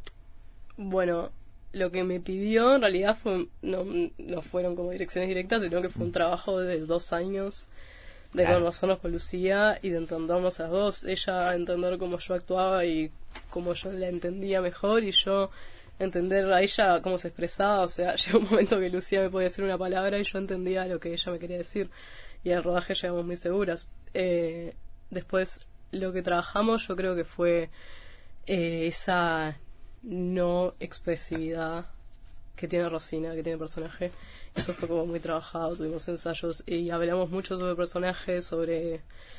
Bueno, lo que me pidió en realidad fue no, no fueron como direcciones directas, sino que fue un trabajo de dos años de Claro. conocernos con Lucía y de entendernos a las dos. Ella entender cómo yo actuaba y cómo yo la entendía mejor, y yo entender a ella cómo se expresaba. O sea, llegó un momento que Lucía me podía decir una palabra y yo entendía lo que ella me quería decir, y al rodaje llegamos muy seguras. Eh, después, lo que trabajamos yo creo que fue eh, esa no expresividad que tiene Rosina, que tiene el personaje. Eso fue como muy trabajado, tuvimos ensayos y hablamos mucho sobre personajes, sobre...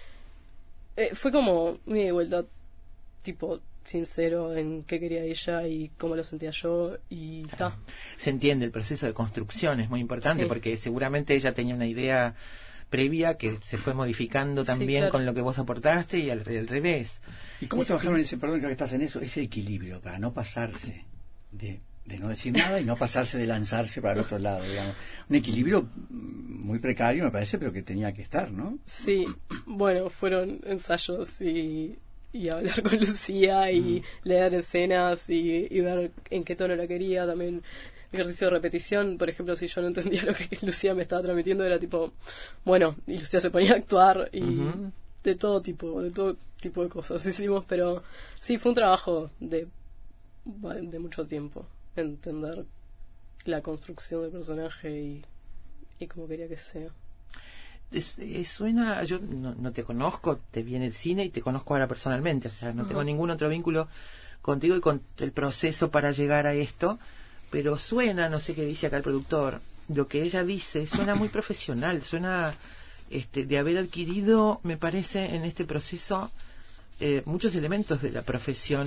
Eh, fue como muy de vuelta, tipo sincero en qué quería ella y cómo lo sentía yo, y ta. Se entiende, el proceso de construcción es muy importante, Sí. porque seguramente ella tenía una idea previa que se fue modificando también Sí, claro. con lo que vos aportaste y al, al revés. ¿Y cómo trabajaron ese, perdón que estás en eso, ese equilibrio para no pasarse de, de no decir nada y no pasarse de lanzarse para el otro lado, digamos? Un equilibrio muy precario, me parece, pero que tenía que estar, ¿no? Sí, bueno, fueron ensayos y, y hablar con Lucía y leer escenas y, y ver en qué tono la quería. También ejercicio de repetición. Por ejemplo, si yo no entendía lo que Lucía me estaba transmitiendo, era tipo, bueno, y Lucía se ponía a actuar y uh-huh. de todo tipo, de todo tipo de cosas hicimos, pero sí, fue un trabajo de, de mucho tiempo, entender la construcción del personaje y, y cómo quería que sea. Es, es, suena, yo no, no te conozco, te vi en el cine y te conozco ahora personalmente, o sea, no uh-huh. tengo ningún otro vínculo contigo y con el proceso para llegar a esto, pero suena, no sé qué dice acá el productor, lo que ella dice suena muy profesional, suena este, de haber adquirido, me parece, en este proceso eh, muchos elementos de la profesión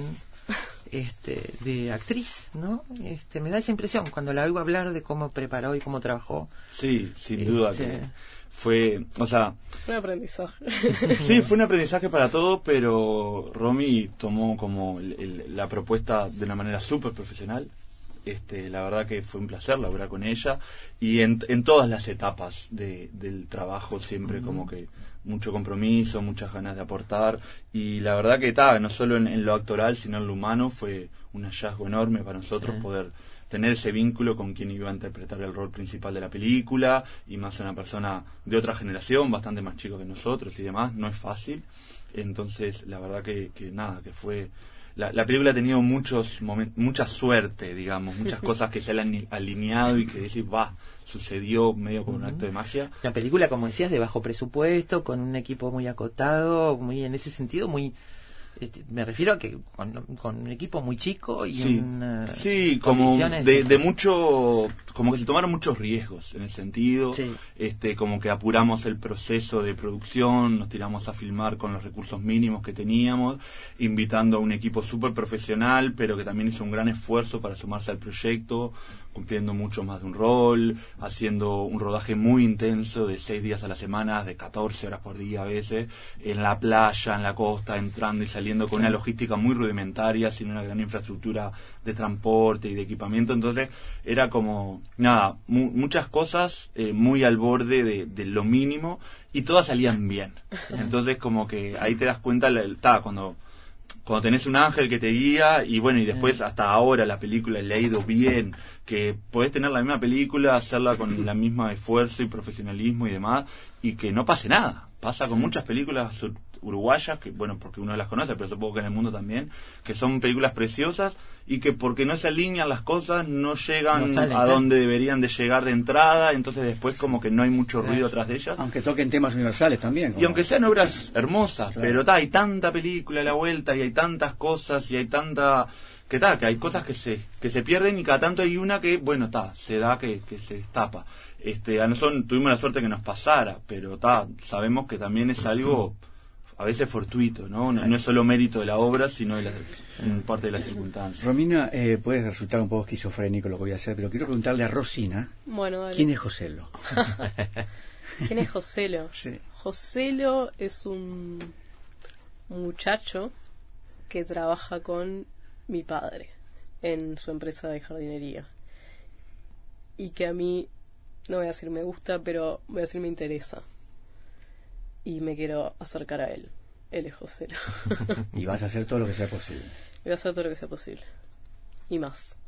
este, de actriz, ¿no? Este, me da esa impresión cuando la oigo hablar de cómo preparó y cómo trabajó. Sí, sin duda este, que fue, o sea... Fue un aprendizaje. Sí, fue un aprendizaje para todo, pero Romy tomó como el, el, la propuesta de una manera súper profesional. Este, la verdad que fue un placer laburar con ella y en, en todas las etapas de, del trabajo siempre uh-huh. como que mucho compromiso, muchas ganas de aportar y la verdad que ta, no solo en, en lo actoral sino en lo humano fue un hallazgo enorme para nosotros uh-huh. poder tener ese vínculo con quien iba a interpretar el rol principal de la película y más una persona de otra generación, bastante más chico que nosotros y demás, no es fácil. Entonces la verdad que, que nada, que fue... La, la película ha tenido muchos momentos, mucha suerte, digamos, muchas cosas que se le han alineado y que decís, va, sucedió medio como un acto de magia. Una película, como decías, de bajo presupuesto, con un equipo muy acotado, muy en ese sentido, muy... Este, me refiero a que con, con un equipo muy chico y sí, en uh, sí, como de, de... de mucho, como que se tomaron muchos riesgos en ese sentido, sí. este, como que apuramos el proceso de producción, nos tiramos a filmar con los recursos mínimos que teníamos, invitando a un equipo súper profesional, pero que también hizo un gran esfuerzo para sumarse al proyecto, cumpliendo mucho más de un rol, haciendo un rodaje muy intenso de seis días a la semana, de catorce horas por día a veces, en la playa, en la costa, entrando y saliendo con sí. una logística muy rudimentaria, sin una gran infraestructura de transporte y de equipamiento. Entonces era como, nada, mu- muchas cosas eh, muy al borde de, de lo mínimo y todas salían bien. Entonces como que ahí te das cuenta, está, cuando... cuando tenés un ángel que te guía y bueno, y después hasta ahora la película le ha ido bien, que podés tener la misma película, hacerla con la misma esfuerzo y profesionalismo y demás, y que no pase nada. Pasa con muchas películas uruguayas, que bueno, porque uno las conoce, pero supongo que en el mundo también, que son películas preciosas y que porque no se alinean las cosas no llegan no salen, a donde deberían de llegar de entrada, entonces después como que no hay mucho ruido atrás de ellas. Aunque toquen temas universales también. Y aunque sean obras hermosas, claro. pero ta, hay tanta película a la vuelta y hay tantas cosas y hay tanta... que ta, que hay cosas que se que se pierden y cada tanto hay una que, bueno, ta, se da que, que se destapa. Este, a nosotros tuvimos la suerte que nos pasara, pero ta, sabemos que también es algo... a veces fortuito, ¿no? No, no es solo mérito de la obra, sino de la, en parte de las circunstancias. Romina, eh, puede resultar un poco esquizofrénico lo que voy a hacer, pero quiero preguntarle a Rosina, bueno, dale. ¿quién es Joselo? ¿Quién es Joselo? Sí. Joselo es un muchacho que trabaja con mi padre en su empresa de jardinería y que a mí, no voy a decir me gusta, pero voy a decir me interesa. Y me quiero acercar a él. Él es Joselo. Y vas a hacer todo lo que sea posible. Y voy a hacer todo lo que sea posible. Y más.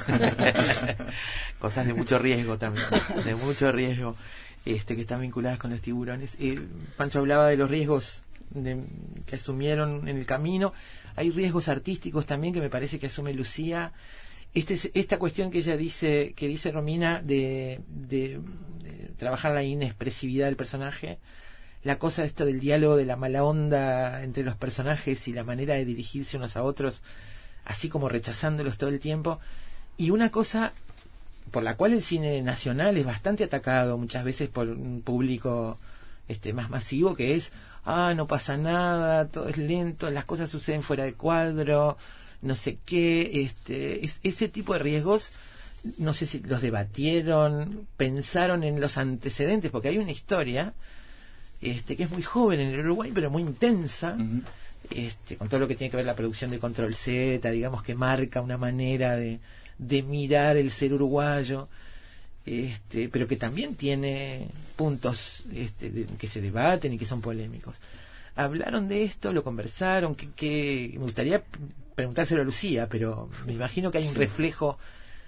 Cosas de mucho riesgo también. De mucho riesgo. Este, que están vinculadas con los tiburones. Eh, Pancho hablaba de los riesgos de, que asumieron en el camino. Hay riesgos artísticos también que me parece que asume Lucía. Este, esta cuestión que ella dice, que dice Romina, de, de, de trabajar la inexpresividad del personaje. La cosa esta del diálogo, de la mala onda entre los personajes y la manera de dirigirse unos a otros, así como rechazándolos todo el tiempo. Y una cosa por la cual el cine nacional es bastante atacado muchas veces por un público este más masivo, que es, ah, no pasa nada, todo es lento, las cosas suceden fuera de cuadro, no sé qué, este es, ese tipo de riesgos, no sé si los debatieron, pensaron en los antecedentes, porque hay una historia este que es muy joven en el Uruguay, pero muy intensa, uh-huh. este con todo lo que tiene que ver la producción de Control Z, digamos, que marca una manera de, de mirar el ser uruguayo, este pero que también tiene puntos este de, que se debaten y que son polémicos. ¿Hablaron de esto? ¿Lo conversaron? que, que me gustaría preguntárselo a Lucía, pero me imagino que hay un sí. reflejo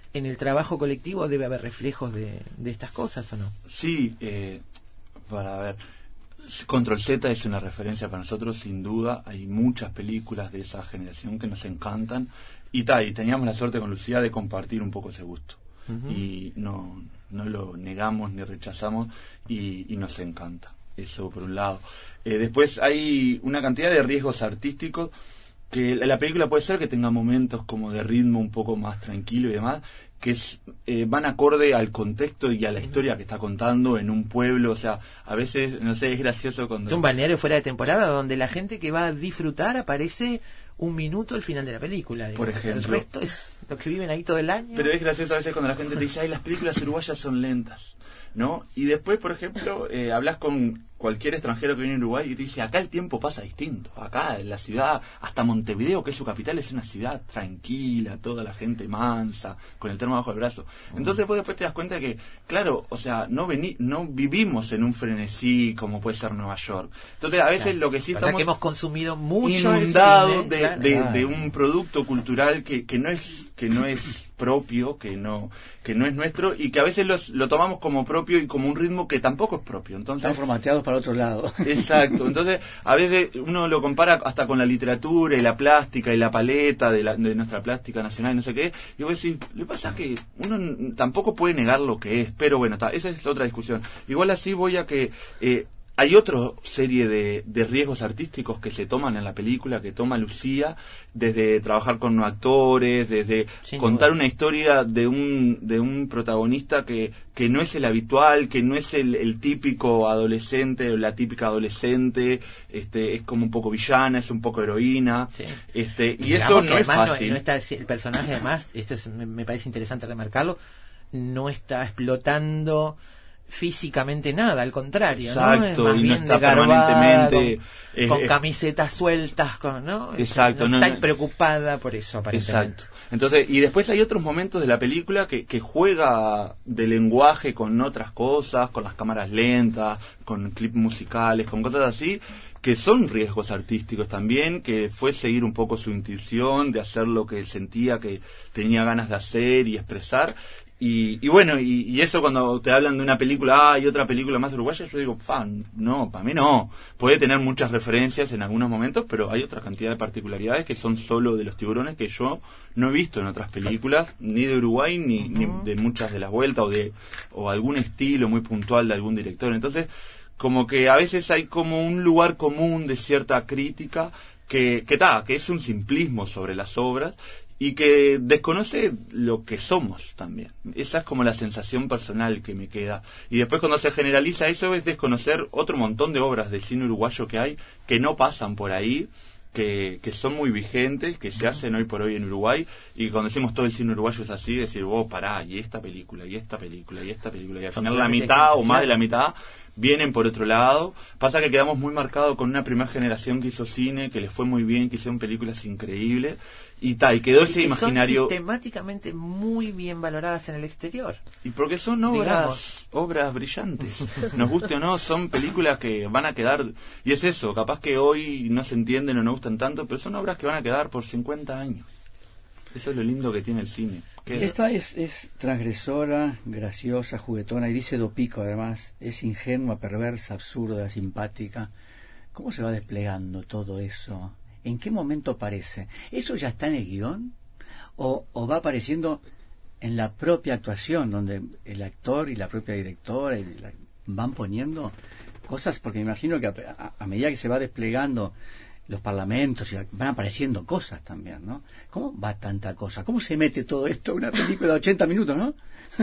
en el trabajo colectivo debe haber reflejos de, de estas cosas, ¿o no? Sí, eh, para ver, Control Z es una referencia para nosotros, sin duda. Hay muchas películas de esa generación que nos encantan. Y tal, y teníamos la suerte con Lucía de compartir un poco ese gusto. Uh-huh. Y no, no lo negamos ni rechazamos, y, y nos encanta. Eso por un lado. Eh, después hay una cantidad de riesgos artísticos, que la película puede ser que tenga momentos como de ritmo un poco más tranquilo y demás, que es, eh, van acorde al contexto y a la historia que está contando en un pueblo. O sea, a veces, no sé, es gracioso cuando... Es un balneario fuera de temporada donde la gente que va a disfrutar aparece un minuto al final de la película, digamos. Por ejemplo. El resto es los que viven ahí todo el año. Pero es gracioso a veces cuando la gente te dice, ay, las películas uruguayas son lentas, ¿no? Y después, por ejemplo, eh, hablas con cualquier extranjero que viene a Uruguay y te dice, acá el tiempo pasa distinto. Acá en la ciudad, hasta Montevideo, que es su capital, es una ciudad tranquila, toda la gente mansa, con el termo bajo el brazo. Entonces vos después te das cuenta de que, claro, o sea, no vení, no vivimos en un frenesí como puede ser Nueva York. Entonces a veces claro, lo que sí o estamos... sea, que hemos consumido mucho inundados de, claro. de, claro. de un producto cultural que, que no es que no es propio, que no que no es nuestro, y que a veces los, lo tomamos como propio y como un ritmo que tampoco es propio. Entonces están formateados para otro lado. Exacto. Entonces a veces uno lo compara hasta con la literatura y la plástica y la paleta de, la, de nuestra plástica nacional y no sé qué, y vos decís, lo que pasa es que uno tampoco puede negar lo que es, pero bueno, ta, esa es otra discusión. Igual así voy a que eh, hay otra serie de, de riesgos artísticos que se toman en la película, que toma Lucía, desde trabajar con actores, desde Sin contar duda. una historia de un de un protagonista que, que no es el habitual, que no es el, el típico adolescente o la típica adolescente, este es como un poco villana, es un poco heroína, sí. este y Digamos eso no es fácil. No, no está, el personaje además, esto es, me, me parece interesante remarcarlo, no está explotando físicamente nada, al contrario, exacto, ¿no? Es más y bien no está garbada, permanentemente con, con eh, camisetas sueltas, con, ¿no? Exacto, no, no está no, preocupada por eso, aparentemente. Exacto. Entonces, y después hay otros momentos de la película que, que juega de lenguaje con otras cosas, con las cámaras lentas, con clips musicales, con cosas así, que son riesgos artísticos también, que fue seguir un poco su intuición, de hacer lo que sentía que tenía ganas de hacer y expresar. Y, y bueno, y, y eso cuando te hablan de una película, ah, y otra película más uruguaya, yo digo, fan, no, para mí no. Puede tener muchas referencias en algunos momentos, pero hay otra cantidad de particularidades que son solo de Los Tiburones que yo no he visto en otras películas, ni de Uruguay, ni, uh-huh. ni de muchas de las vueltas, o de o algún estilo muy puntual de algún director. Entonces, como que a veces hay como un lugar común de cierta crítica que, que, ta, que es un simplismo sobre las obras, y que desconoce lo que somos también. Esa es como la sensación personal que me queda. Y después cuando se generaliza eso es desconocer otro montón de obras del cine uruguayo que hay, que no pasan por ahí, que, que son muy vigentes, que se hacen hoy por hoy en Uruguay, y cuando decimos todo el cine uruguayo es así, decir, oh, pará, y esta película, y esta película, y esta película, y al final la mitad o más de la mitad vienen por otro lado. Pasa que quedamos muy marcados con una primera generación que hizo cine, que les fue muy bien, que hicieron películas increíbles, y tal, y quedó ese y imaginario. Son sistemáticamente muy bien valoradas en el exterior. Y porque son obras, obras brillantes. Nos guste o no, son películas que van a quedar, y es eso, capaz que hoy no se entienden o no gustan tanto, pero son obras que van a quedar por cincuenta años. Eso es lo lindo que tiene el cine. ¿Qué? Esta es, es transgresora, graciosa, juguetona, y dice Dopico además, es ingenua, perversa, absurda, simpática. ¿Cómo se va desplegando todo eso? ¿En qué momento aparece? ¿Eso ya está en el guión? ¿O, o va apareciendo en la propia actuación, donde el actor y la propia directora y la, van poniendo cosas? Porque me imagino que a, a, a medida que se va desplegando los parlamentos, y van apareciendo cosas también, ¿no? ¿Cómo va tanta cosa? ¿Cómo se mete todo esto en una película de ochenta minutos, no? Sí.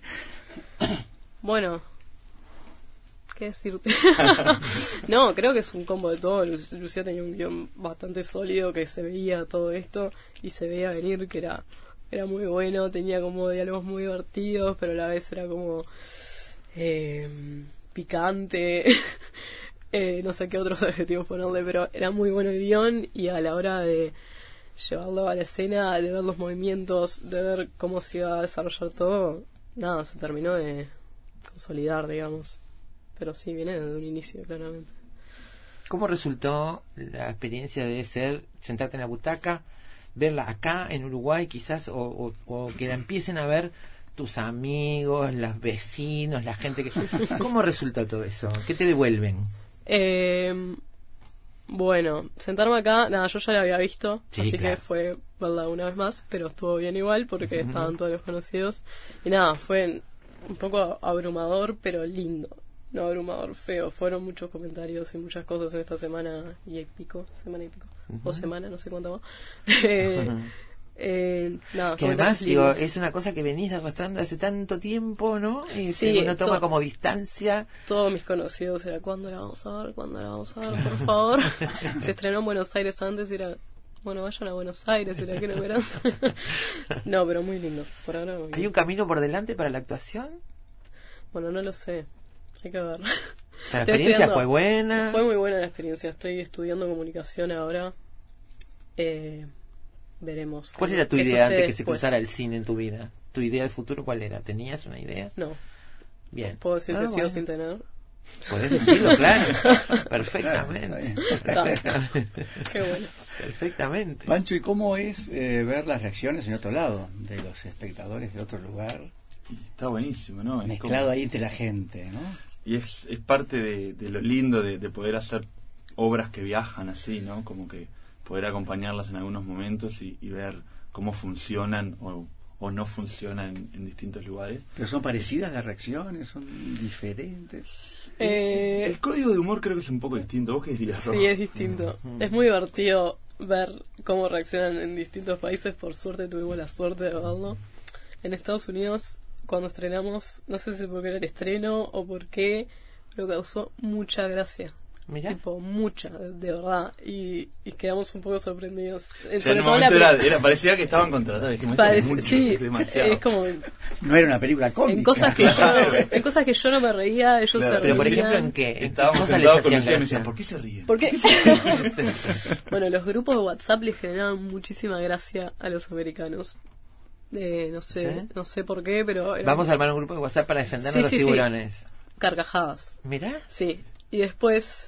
Bueno, ¿qué decirte? No, creo que es un combo de todo. Lu- Lucía tenía un guión bastante sólido, que se veía todo esto y se veía venir, que era era muy bueno, tenía como diálogos muy divertidos, pero a la vez era como eh, picante. eh, no sé qué otros adjetivos ponerle, pero era muy bueno el guión, y a la hora de llevarlo a la escena, de ver los movimientos, de ver cómo se iba a desarrollar todo, nada, se terminó de consolidar, digamos. Pero sí, viene desde un inicio, claramente. ¿Cómo resultó la experiencia de ser, sentarte en la butaca, verla acá en Uruguay quizás, o, o, o que la empiecen a ver tus amigos, los vecinos, la gente que... ¿Cómo resulta todo eso? ¿Qué te devuelven? Eh, bueno, sentarme acá, nada, yo ya la había visto, Sí, así claro. que fue verla una vez más, pero estuvo bien igual porque estaban todos los conocidos. Y nada, fue un poco abrumador, pero lindo. No abrumador, feo. Fueron muchos comentarios y muchas cosas en esta semana y pico, semana y pico, o semana, no sé cuánto va. eh, eh, nada, Que además, digo, es una cosa que venís arrastrando hace tanto tiempo, ¿no? Y Sí, uno toma to- como distancia. Todos mis conocidos era, ¿cuándo la vamos a ver? ¿Cuándo la vamos a ver? Por favor. Se estrenó en Buenos Aires antes y era, bueno, vayan a Buenos Aires si la quieren ver. No, pero muy lindo. Por ahora muy ¿Hay lindo. un camino por delante para la actuación? Bueno, no lo sé. Hay que ver. La Estoy experiencia estudiando- fue buena. Fue muy buena la experiencia. Estoy estudiando comunicación ahora. Eh, veremos. ¿Cuál qué- era tu qué idea antes sucede que se después. cruzara el cine en tu vida? ¿Tu idea de futuro cuál era? ¿Tenías una idea? No. Bien. Puedo decir Ah, que bueno. sigo sin tener. Podés decirlo, claro. Perfectamente. Está. Qué bueno. Perfectamente. Pancho, ¿y cómo es eh, ver las reacciones en otro lado, de los espectadores de otro lugar, Está buenísimo, ¿no? Es mezclado como- ahí entre la gente, ¿no? Y es, es parte de, de lo lindo de, de poder hacer obras que viajan así, ¿no? Como que poder acompañarlas en algunos momentos y, y ver cómo funcionan o, o no funcionan en, en distintos lugares. Pero son parecidas las reacciones, son diferentes. Eh, El código de humor creo que es un poco distinto. ¿Vos qué dirías, Ro? Sí, es distinto. Es muy divertido ver cómo reaccionan en distintos países. Por suerte tuvimos la suerte de verlo. En Estados Unidos, cuando estrenamos, no sé si porque era el estreno o por qué, pero causó mucha gracia. Mirá. Tipo, mucha, de verdad. Y, y quedamos un poco sorprendidos. Eh, O sea, en un momento era, era- parecía que estaban contratados. Dijimos, esto es Parece- mucho, sí, es demasiado. es como No era una película cómica. en cosas que yo en cosas que yo no me reía, ellos Claro, se Pero por reían. ejemplo, ¿en qué? ¿En qué Estábamos cosas les sentados con hacían Lucía y me decían, gracia? ¿por qué se ríen? ¿Por qué? Bueno, los grupos de WhatsApp les generaban muchísima gracia a los americanos. Eh, no sé, ¿Sí? no sé por qué, pero eran Vamos a armar un grupo de WhatsApp para defender Sí, a los sí, sí. tiburones. carcajadas. Mirá. Sí. Y después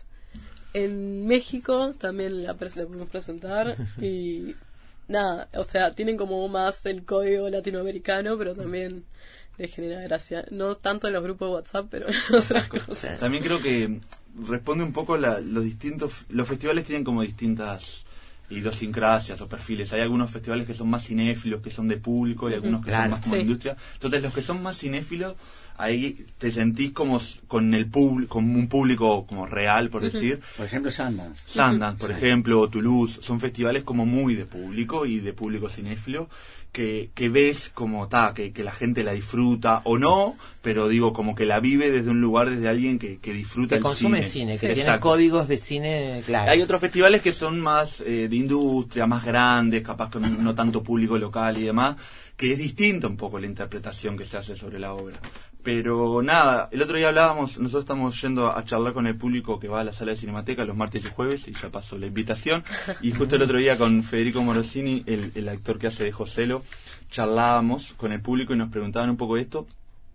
en México también la, pres- la pudimos presentar y nada, o sea, tienen como más el código latinoamericano, pero también les genera gracia. No tanto en los grupos de WhatsApp, pero en otras cosas. También creo que responde un poco la, los distintos... Los festivales tienen como distintas idiosincrasias o perfiles. Hay algunos festivales que son más cinéfilos, que son de público, y Ujú. algunos que Claro. son más como Sí. industria. Entonces, los que son más cinéfilos, ahí te sentís como s- con el público, con un público como real, por Ujú. decir. Por ejemplo, Sundance. Sundance, por Sí. ejemplo, o Toulouse, son festivales como muy de público y de público cinéfilo, que, que ves como ta, que, que la gente la disfruta o no, pero digo, como que la vive desde un lugar, desde alguien que, que disfruta Que el consume cine. cine, que Sí. tiene Exacto. códigos de cine, claro. Hay otros festivales que son más eh, de industria, más grandes, capaz que no, no tanto público local y demás, que es distinta un poco la interpretación que se hace sobre la obra. Pero nada, el otro día hablábamos, nosotros estamos yendo a charlar con el público que va a la sala de Cinemateca los martes y jueves, y ya pasó la invitación, y justo el otro día con Federico Morosini, el, el actor que hace de Joselo, charlábamos con el público y nos preguntaban un poco esto,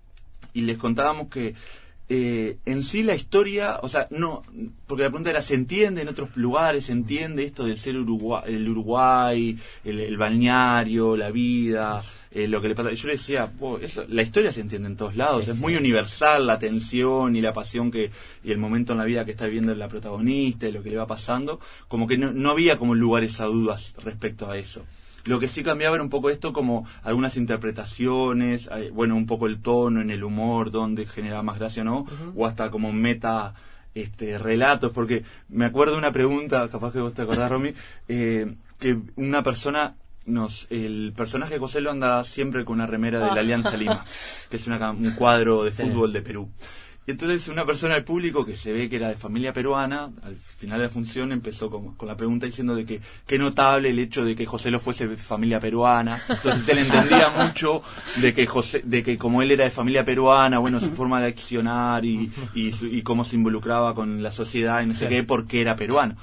y les contábamos que eh, en sí la historia, o sea, no, porque la pregunta era, ¿se entiende en otros lugares? ¿Se entiende esto del ser Uruguay, el Uruguay, el, el balneario, la vida, eh, lo que le pasa? Yo le decía, "Po, eso, la historia se entiende en todos lados, es muy universal la tensión y la pasión que y el momento en la vida que está viviendo la protagonista y lo que le va pasando, como que no, no había como lugares a dudas respecto a eso. Lo que sí cambiaba era un poco esto, como algunas interpretaciones, eh, bueno, un poco el tono en el humor, donde generaba más gracia o no, Ujú. o hasta como meta este relatos, porque me acuerdo de una pregunta, capaz que vos te acordás, Romy, eh, que una persona, nos el personaje de José lo anda siempre con una remera de la Ah. Alianza Lima, que es una, ca- un cuadro de Sí. fútbol de Perú. Y entonces una persona del público que se ve que era de familia peruana, al final de la función empezó con, con la pregunta diciendo de que qué notable el hecho de que José lo fuese de familia peruana. Entonces él entendía mucho de que José, de que como él era de familia peruana, bueno, su forma de accionar y, y, su- y cómo se involucraba con la sociedad y no sé qué, porque era peruano.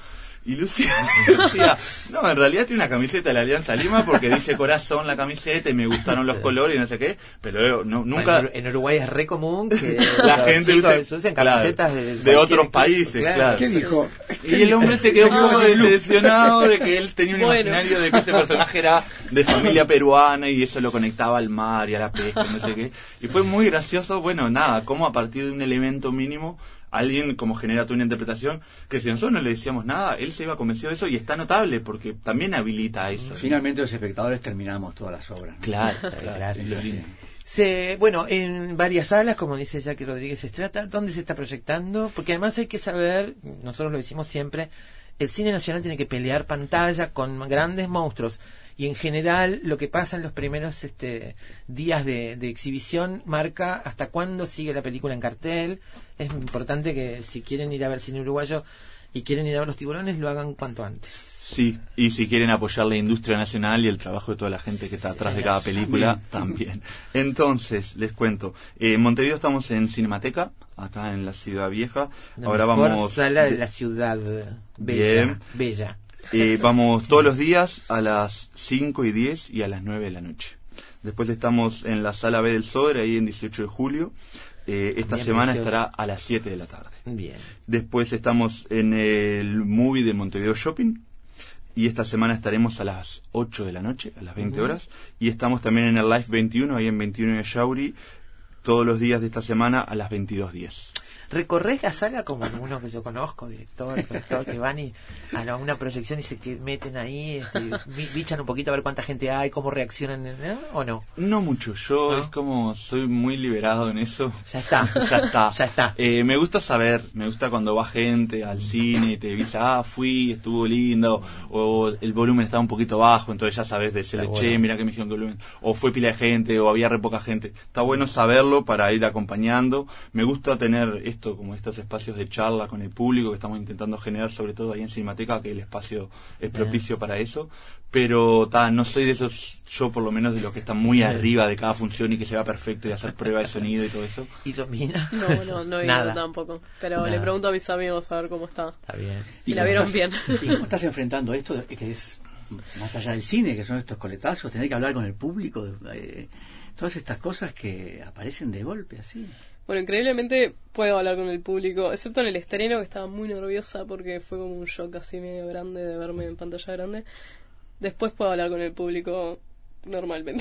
Y Lucía decía, no, en realidad tiene una camiseta de la Alianza Lima porque dice corazón la camiseta y me gustaron los colores y no sé qué, pero no, nunca... Bueno, en Uruguay es re común que la gente use, usen camisetas claro, de, de otros países, claro. claro. ¿Qué dijo? Y el hombre se quedó un poco decepcionado de que él tenía un Bueno. imaginario de que ese personaje era de familia peruana y eso lo conectaba al mar y a la pesca, no sé qué. Y fue muy gracioso, bueno, nada, cómo a partir de un elemento mínimo alguien como genera toda una interpretación que si nosotros no le decíamos nada, él se iba convencido de eso y está notable porque también habilita eso. Finalmente los espectadores terminamos todas las obras, ¿no? Claro, claro, Claro. es lo lindo. Se, bueno, en varias salas, como dice Jackie Rodríguez Estrata, ¿dónde se está proyectando? Porque además hay que saber, nosotros lo decimos siempre, el cine nacional tiene que pelear pantalla con grandes monstruos. Y en general lo que pasa en los primeros este, días de, de exhibición marca hasta cuándo sigue la película en cartel. Es importante que si quieren ir a ver cine uruguayo y quieren ir a ver Los Tiburones, lo hagan cuanto antes. Sí, y si quieren apoyar la industria nacional y el trabajo de toda la gente que está atrás de cada película, también. Entonces, les cuento, eh, en Montevideo estamos en Cinemateca, acá en la Ciudad Vieja. La Ahora mejor vamos... sala de la ciudad bella. Bien. Bella. Eh, vamos todos los días a las cinco y diez y a las nueve de la noche. Después estamos en la sala B del Sodre, ahí en dieciocho de julio. Eh, esta Bien, semana precioso. estará a las siete de la tarde. Bien. Después estamos en el Movie de Montevideo Shopping. Y esta semana estaremos a las ocho de la noche, a las veinte horas. Y estamos también en el Live veintiuno, ahí en veintiuno de Yauri, todos los días de esta semana a las veintidós diez. ¿Recorres la sala como uno que yo conozco, director, director, que van y a la- una proyección y se que meten ahí, este, bi- bichan un poquito a ver cuánta gente hay, cómo reaccionan, ¿no? ¿O no? No mucho, yo ¿No? es como soy muy liberado en eso. Ya está. ya está. Ya está. Eh, me gusta saber, me gusta cuando va gente al cine y te dice, ah, fui, estuvo lindo, o el volumen estaba un poquito bajo, entonces ya sabes decirle, Está che, bueno. mira que me dijeron que el volumen, o fue pila de gente, o había re poca gente. Está bueno saberlo para ir acompañando. Me gusta tener esto, como estos espacios de charla con el público que estamos intentando generar, sobre todo ahí en Cinemateca, que el espacio es propicio para eso. Pero ta, no soy de esos, yo por lo menos, de los que están muy arriba de cada función y que se va perfecto y hacer prueba de sonido y todo eso. ¿Y Romina? No, no, no he ido Nada. tampoco. Pero Nada. le pregunto a mis amigos a ver cómo está. Está bien. Si ¿Y la cómo vieron estás- bien. ¿Y cómo estás enfrentando esto que es más allá del cine, que son estos coletazos, tener que hablar con el público, eh, todas estas cosas que aparecen de golpe así? Bueno, increíblemente puedo hablar con el público, excepto en el estreno, que estaba muy nerviosa porque fue como un shock así medio grande de verme en pantalla grande. Después puedo hablar con el público normalmente.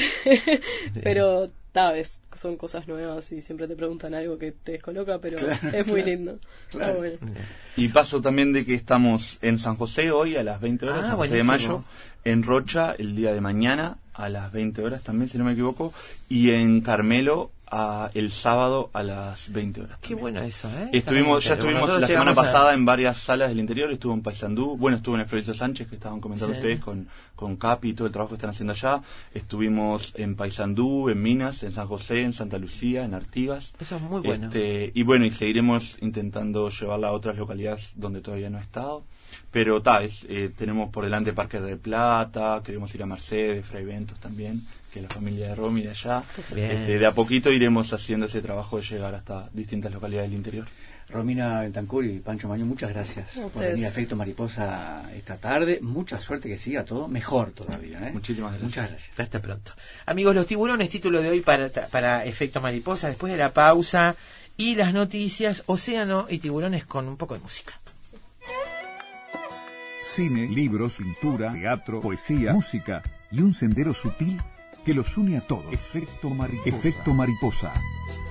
Pero, sabes, son cosas nuevas y siempre te preguntan algo que te descoloca, pero Claro, es muy claro, lindo. claro. Está bueno. Y paso también de que estamos en San José hoy a las veinte horas, Ah, San José de buenísimo. Mayo, en Rocha el día de mañana a las veinte horas también, si no me equivoco, y en Carmelo a, el sábado a las veinte horas. Qué también. bueno eso, ¿eh? Estuvimos, ya Está bien, pero estuvimos nosotros la semana llegamos a- pasada en varias salas del interior, estuvo en Paysandú, bueno, estuvo en el Florencio Sánchez, que estaban comentando Sí. ustedes con, con Capi y todo el trabajo que están haciendo allá. Estuvimos en Paysandú, en Minas, en San José, en Santa Lucía, en Artigas. Eso es muy bueno. Este, y bueno, y seguiremos intentando llevarla a otras localidades donde todavía no he estado. Pero ta, es, eh, tenemos por delante Parque de Plata, queremos ir a Mercedes, Fray Ventos también, que es la familia de Romy de allá. Bien. Este, de a poquito iremos haciendo ese trabajo de llegar hasta distintas localidades del interior. Romina Bentancur y Pancho Maño, muchas gracias A por ustedes. venir a Efecto Mariposa esta tarde. Mucha suerte, que siga todo mejor todavía, ¿eh? Muchísimas gracias. Muchas gracias. Hasta pronto. Amigos, Los Tiburones, título de hoy para, para Efecto Mariposa, después de la pausa y las noticias, Océano y Tiburones con un poco de música. Cine, libros, pintura, teatro, poesía, música y un sendero sutil que los une a todos. Efecto mariposa. Efecto mariposa.